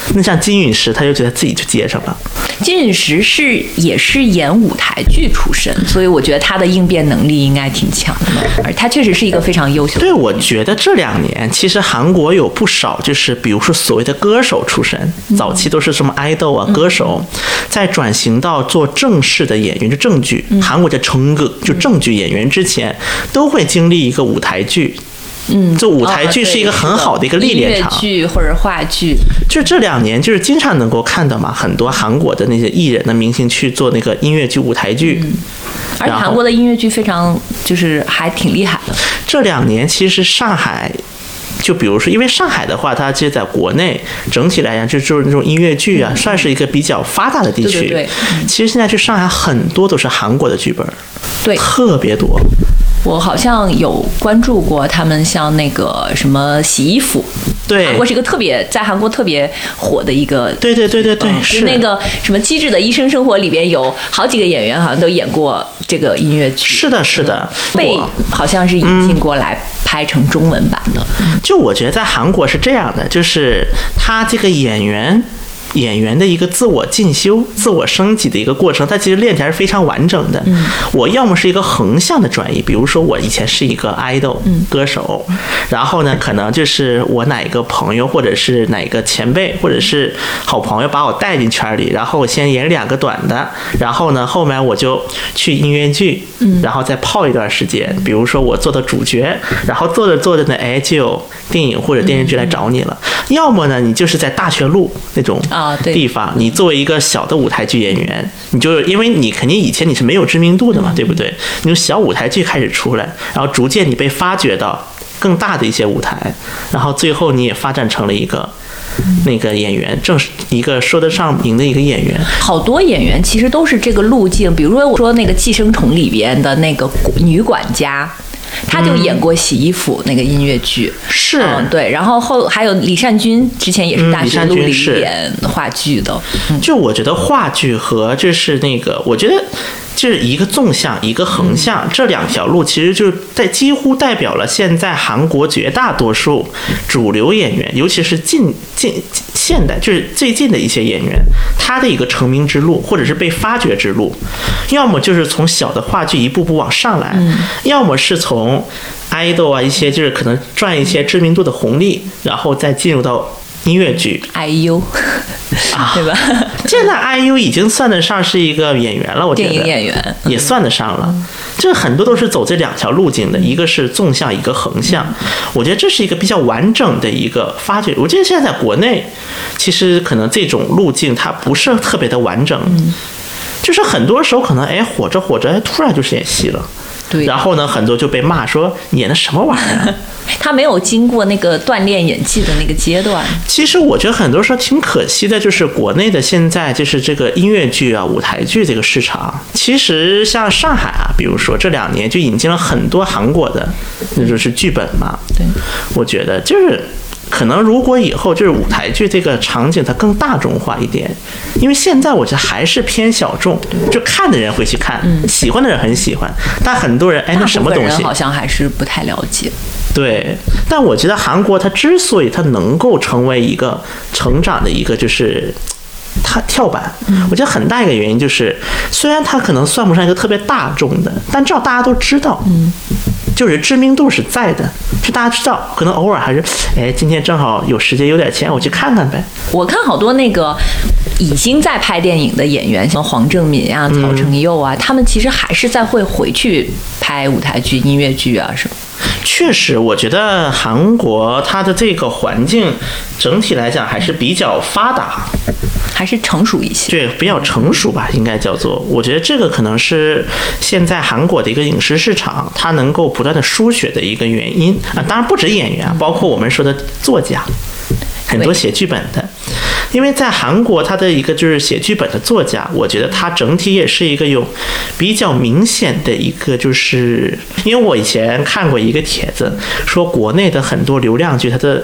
那像金允石，他就觉得自己就接上了。 金允石也是演舞台剧出身，所以我觉得他的应变能力应该挺强的，而他确实是一个非常优秀的。 对，我觉得这2年其实韩国有不少就是比如说所谓的歌手出身，早期都是什么idol啊歌手，在转型到做正式的演员，就正剧，韩国叫正剧，就正剧演员之前都会经历一个舞台剧。就舞台剧是一个很好的一个历练场， 音乐剧或者话剧， 就这2年就是经常能够看到嘛，很多韩国的那些艺人的明星去做那个音乐剧、舞台剧。 而且韩国的音乐剧非常就是还挺厉害的。 这2年其实上海。就比如说，因为上海的话，它其实在国内整体来讲，就是那种音乐剧啊，算是一个比较发达的地区。 对， 其实现在去上海很多都是韩国的剧本， 对， 特别多。 我好像有关注过他们，像那个什么洗衣服， 对， 韩国是一个在韩国特别火的一个， 对，是那个什么《机智的医生生活》里边有好几个演员好像都演过这个音乐剧。 是的， 被好像是引进过来拍成中文版的。 就我觉得在韩国是这样的，就是他这个演员的一个自我进修、自我升级的一个过程，它其实练起来是非常完整的。我要么是一个横向的转移，比如说我以前是一个 idol 歌手，然后呢，可能就是我哪一个朋友或者是哪个前辈或者是好朋友把我带进圈里，然后我先演2个短的，然后呢，后面我就去音乐剧，然后再泡一段时间，比如说我做的主角，然后做着呢，哎，就有电影或者电视剧来找你了。要么呢，你就是在大学路那种地方，你作为一个小的舞台剧演员，你就因为你肯定以前你是没有知名度的嘛，对不对？你从小舞台剧开始出来，然后逐渐你被发掘到更大的一些舞台，然后最后你也发展成了一个那个演员，正是一个说得上名的一个演员。 好多演员其实都是这个路径，比如说我说那个《寄生虫》里边的那个女管家。他就演过洗衣服那个音乐剧， 是， 对，然后还有李善均，之前也是大学路里演话剧的。 就我觉得话剧和就是那个，我觉得就是一个纵向一个横向，这2条路其实就几乎代表了现在韩国绝大多数主流演员，尤其是现代就是最近的一些演员，他的一个成名之路或者是被发掘之路，要么就是从小的话剧一步步往上来，要么是从 idol 啊一些就是可能赚一些知名度的红利，然后再进入到音乐剧 IU 对吧？ 现在 IU 已经算得上是一个演员了，我觉得电影演员也算得上了。这很多都是走这2条路径的，一个是纵向，一个横向。我觉得这是一个比较完整的一个发掘。我觉得现在在国内，其实可能这种路径它不是特别的完整，就是很多时候可能火着突然就是演戏了。 对， 然后呢，很多就被骂说你演的什么玩意儿？ 他没有经过那个锻炼演技的那个阶段。 其实我觉得很多时候挺可惜的，就是国内的现在就是这个音乐剧啊、舞台剧这个市场，其实像上海啊，比如说这2年就引进了很多韩国的，那就是剧本嘛。 对， 我觉得就是可能如果以后就是舞台剧这个场景它更大众化一点，因为现在我觉得还是偏小众，就看的人会去看，喜欢的人很喜欢，但很多人那什么东西好像还是不太了解。 对，但我觉得韩国它之所以它能够成为一个成长的一个就是它跳板，我觉得很大一个原因就是，虽然它可能算不上一个特别大众的，但至少大家都知道，就是知名度是在的，就大家知道，可能偶尔还是，今天正好有时间有点钱，我去看看呗。 我看好多那个已经在拍电影的演员，像黄正敏啊、曹承佑啊，他们其实还是在会回去拍舞台剧、音乐剧啊什么。 确实，我觉得韩国它的这个环境整体来讲还是比较发达， 还是成熟一些。 对，比较成熟吧，应该叫做。我觉得这个可能是现在韩国的一个影视市场它能够不断的输血的一个原因啊。当然不止演员，包括我们说的作家，很多写剧本的。因为在韩国，他的一个就是写剧本的作家，我觉得他整体也是一个有比较明显的一个，就是因为我以前看过一个帖子，说国内的很多流量剧，它的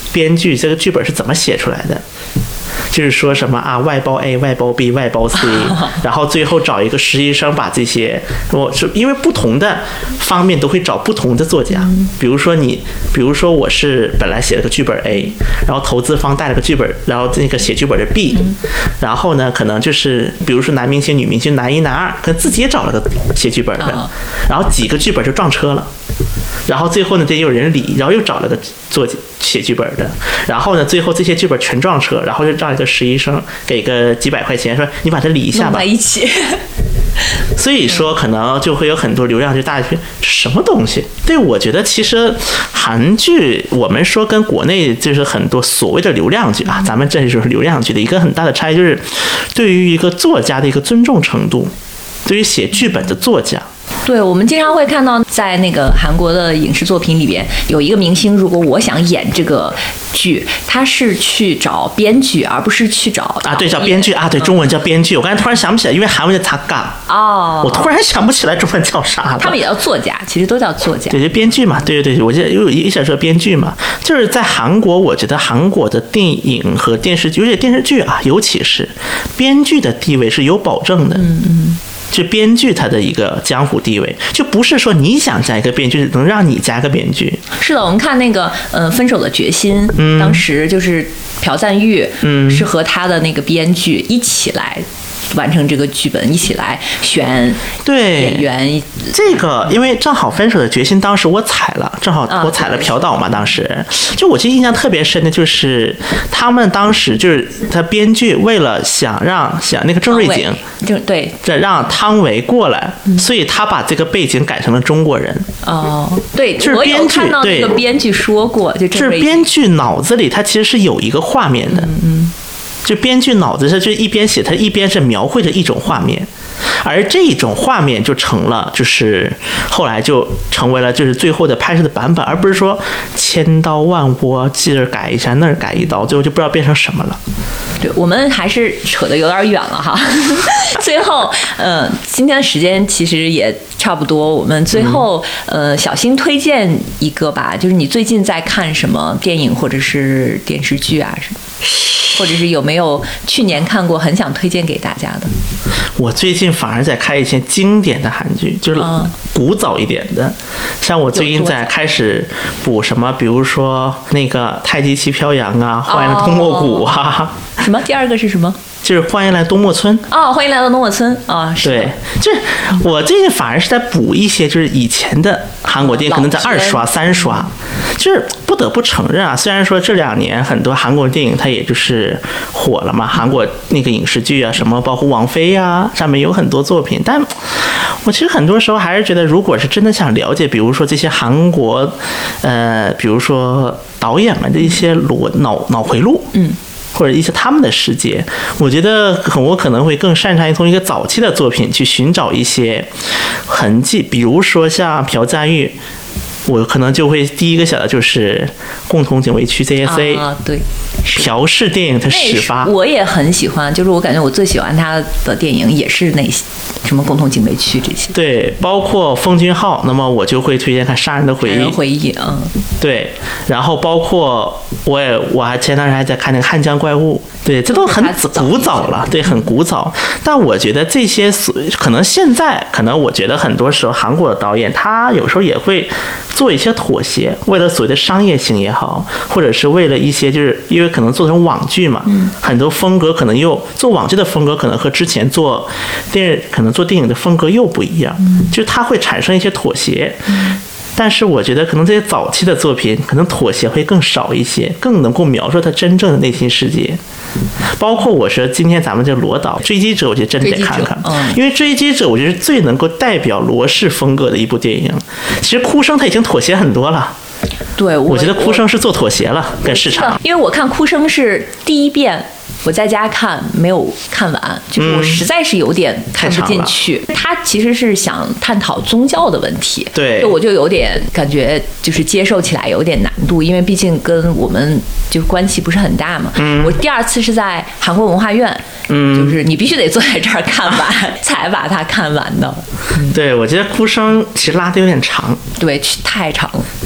编剧这个剧本是怎么写出来的。就是说什么啊，外包 A、外包 B、外包 C， 然后最后找一个实习生把这些，是因为不同的方面都会找不同的作家。比如说我是本来写了个剧本 A， 然后投资方带了个剧本，然后那个写剧本的 B， 然后呢可能就是比如说男明星、女明星、男一、男二，可能自己也找了个写剧本的，然后几个剧本就撞车了。然后最后呢，得有人理，然后又找了个写剧本的，然后呢，最后这些剧本全撞车，然后就让一个实习生给个几百块钱，说你把它理一下吧， 弄在一起。 所以说可能就会有很多流量剧，大家觉得什么东西？对，我觉得其实韩剧我们说跟国内就是很多所谓的流量剧啊，咱们这就是流量剧的一个很大的差异，就是对于一个作家的一个尊重程度，对于写剧本的作家。 对，我们经常会看到在那个韩国的影视作品里边，有一个明星，如果我想演这个剧，他是去找编剧，而不是去找啊，对，叫编剧啊，对，中文叫编剧。我刚才突然想不起来，因为韩文叫작가哦，我突然想不起来中文叫啥了。 他们也叫作家，其实都叫作家。 对，就编剧嘛，对对对，我记得有一小说编剧嘛，就是在韩国，我觉得韩国的电影和电视剧，尤其电视剧啊，尤其是编剧的地位是有保证的。就编剧他的一个江湖地位，就不是说你想加一个编剧能让你加个编剧。 是的，我们看那个分手的决心，当时就是朴赞郁是和他的那个编剧一起来完成这个剧本，一起来选演员。 这个因为正好分手的决心当时我踩了，正好我踩了朴导嘛，当时就我记得印象特别深的就是他们当时就是他编剧为了想那个郑瑞景对让汤唯过来，所以他把这个背景改成了中国人。 哦，对， 就是我有看到那个编剧说过， 就是编剧脑子里他其实是有一个画面的。就编剧脑子是就一边写，他一边是描绘着一种画面，而这种画面就成了，就是后来就成为了就是最后的拍摄的版本，而不是说千刀万剐，这儿改一下那儿改一刀，最后就不知道变成什么了。 对，我们还是扯得有点远了哈。最后，今天的时间其实也差不多，我们最后小新推荐一个吧，就是你最近在看什么电影或者是电视剧啊什么？或者是有没有去年看过很想推荐给大家的？ 我最近反而在看一些经典的韩剧，就是古早一点的，像我最近在开始补什么，比如说那个太极旗飘扬啊，欢迎来东莫谷啊。 什么？第二个是什么？ 就是欢迎来东莫村哦，欢迎来到东莫村啊！ 对，就是我最近反而是在补一些就是以前的韩国电影，可能在2刷3刷。就是不得不承认啊，虽然说这2年很多韩国电影它也就是火了嘛，韩国那个影视剧啊，什么包括王菲啊，上面有很多作品，但我其实很多时候还是觉得，如果是真的想了解，比如说这些韩国，比如说导演们的一些脑回路，或者一些他们的世界，我觉得我可能会更擅长于从一个早期的作品去寻找一些痕迹，比如说像朴赞郁，我可能就会第一个想的就是共同警卫区 JSA 啊，对， 朴氏电影的始发， 我也很喜欢，就是我感觉我最喜欢他的电影也是那些什么共同警卫区这些， 对，包括奉俊昊，那么我就会推荐看《杀人的回忆》，对，然后包括我还前段时间还在看那个《汉江怪物》，对，这都很古早了，对，很古早。但我觉得这些可能现在，可能我觉得很多时候韩国的导演他有时候也会做一些妥协，为了所谓的商业性也好，或者是为了一些就是因为可能做成网剧嘛，很多风格可能又做网剧的风格可能和之前做可能做电影的风格又不一样，就是它会产生一些妥协。但是我觉得可能这些早期的作品可能妥协会更少一些，更能够描述他真正的内心世界。包括我说今天咱们这罗导《追击者》，我觉得真的得看看，因为《追击者》我觉得是最能够代表罗氏风格的一部电影。其实哭声他已经妥协很多了， 对， 我觉得哭声是做妥协了，跟市场。 因为我看哭声是第一遍。我在家看没有看完，就是我实在是有点看不进去。他其实是想探讨宗教的问题， 对， 我就有点感觉就是接受起来有点难度，因为毕竟跟我们就关系不是很大嘛。我第2次是在韩国文化院，就是你必须得坐在这儿看完才把它看完的。 对，我觉得哭声其实拉得有点长， 对，太长了。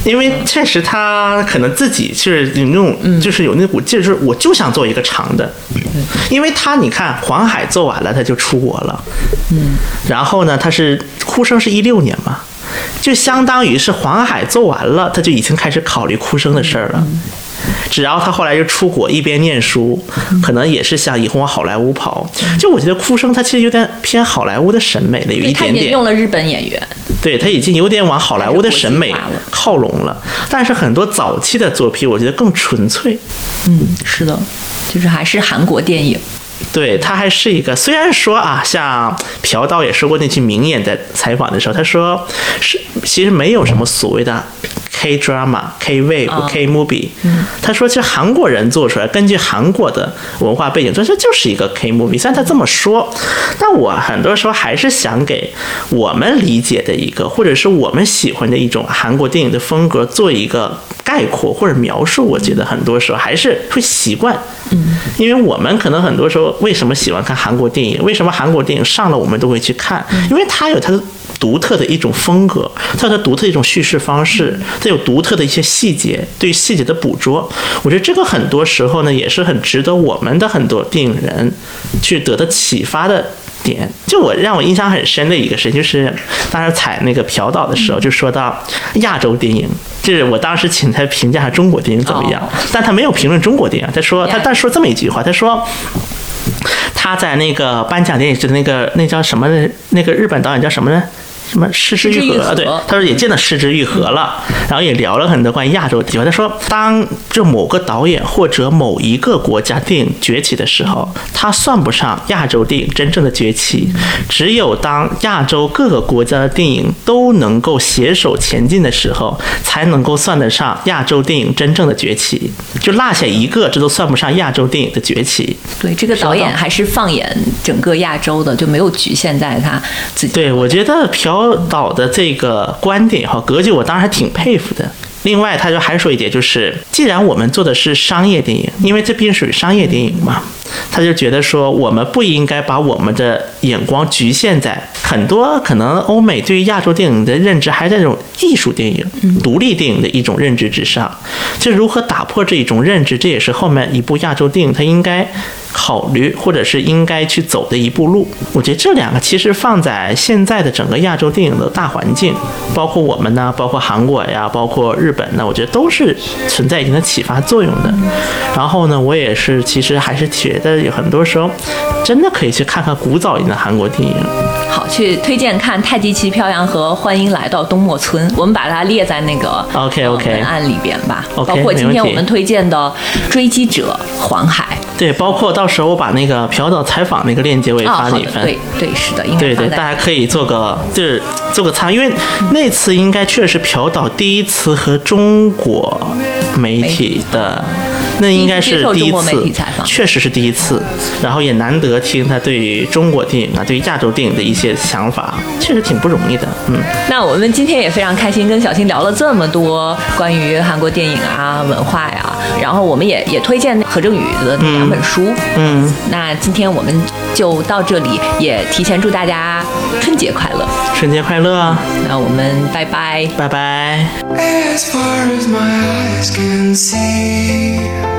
因为确实他可能自己就是有那种，就是有那股劲儿，就是我就想做一个长的，因为他你看黄海做完了他就出国了，然后呢他是哭声是16年嘛，就相当于是黄海做完了他就已经开始考虑哭声的事儿了。只要他后来就出国一边念书，可能也是想以后往好莱坞跑。就我觉得哭声他其实有点偏好莱坞的审美了，有一点点。 他已经用了日本演员， 对，他已经有点往好莱坞的审美靠拢了。但是很多早期的作品，我觉得更纯粹。 是的，就是还是韩国电影。 对，他还是一个，虽然说啊，像朴导也说过那句名言，在采访的时候，他说是其实没有什么所谓的K drama、K wave、K movie。他说，其实韩国人做出来，根据韩国的文化背景，这就是一个 K movie。虽然他这么说，但我很多时候还是想给我们理解的一个，或者是我们喜欢的一种韩国电影的风格做一个概括或者描述。我觉得很多时候还是会习惯，因为我们可能很多时候为什么喜欢看韩国电影？为什么韩国电影上了我们都会去看？因为它有它的独特的一种风格，它有它独特的一种叙事方式，它有独特的一些细节，对细节的捕捉。我觉得这个很多时候呢，也是很值得我们的很多电影人去得到启发的点。就让我印象很深的一个事，就是当时采那个朴导的时候，就说到亚洲电影。就是我当时请他评价中国电影怎么样，但他没有评论中国电影，他说但说这么一句话，他说他在那个颁奖典礼的那叫什么那个日本导演叫什么呢？什么失之愈合？对，他说也见到失之愈合了，然后也聊了很多关于亚洲的地方。他说，当这某个导演或者某一个国家电影崛起的时候，他算不上亚洲电影真正的崛起。只有当亚洲各个国家的电影都能够携手前进的时候，才能够算得上亚洲电影真正的崛起。就落下一个，这都算不上亚洲电影的崛起。 对，这个导演还是放眼整个亚洲的，就没有局限在他自己。 对，我觉得朴导的这个观点和格局，我当然还挺佩服的。另外，他就还说一点，就是既然我们做的是商业电影，因为这毕竟属于商业电影嘛，他就觉得说，我们不应该把我们的眼光局限在很多可能欧美对于亚洲电影的认知还在这种艺术电影、独立电影的一种认知之上。就如何打破这一种认知，这也是后面一部亚洲电影它应该考虑或者是应该去走的一步路。我觉得这两个其实放在现在的整个亚洲电影的大环境，包括我们呢，包括韩国呀，包括日本呢，我觉得都是存在一定的启发作用的。然后呢，我也是其实还是觉得有很多时候真的可以去看看古早一点的韩国电影。 好，去推荐看《太极旗飘扬》和《欢迎来到东莫村》，我们把它列在那个文案里边吧。包括今天我们推荐的《追击者》黄海。 对，包括到时候我把那个朴导采访那个链接我也发你一份。 对，是的，应该对，大家可以做个参，因为那次应该确实朴导第一次和中国媒体的。那应该是第一次，确实是第一次，然后也难得听他对于中国电影啊，对于亚洲电影的一些想法，确实挺不容易的。 那我们今天也非常开心，跟小新聊了这么多关于韩国电影啊、文化呀，然后我们也推荐何正宇的那2本书。那今天我们就到这里，也提前祝大家春节快乐！ 春节快乐！ 那我们拜拜， 拜拜。 As far as my eyes can see,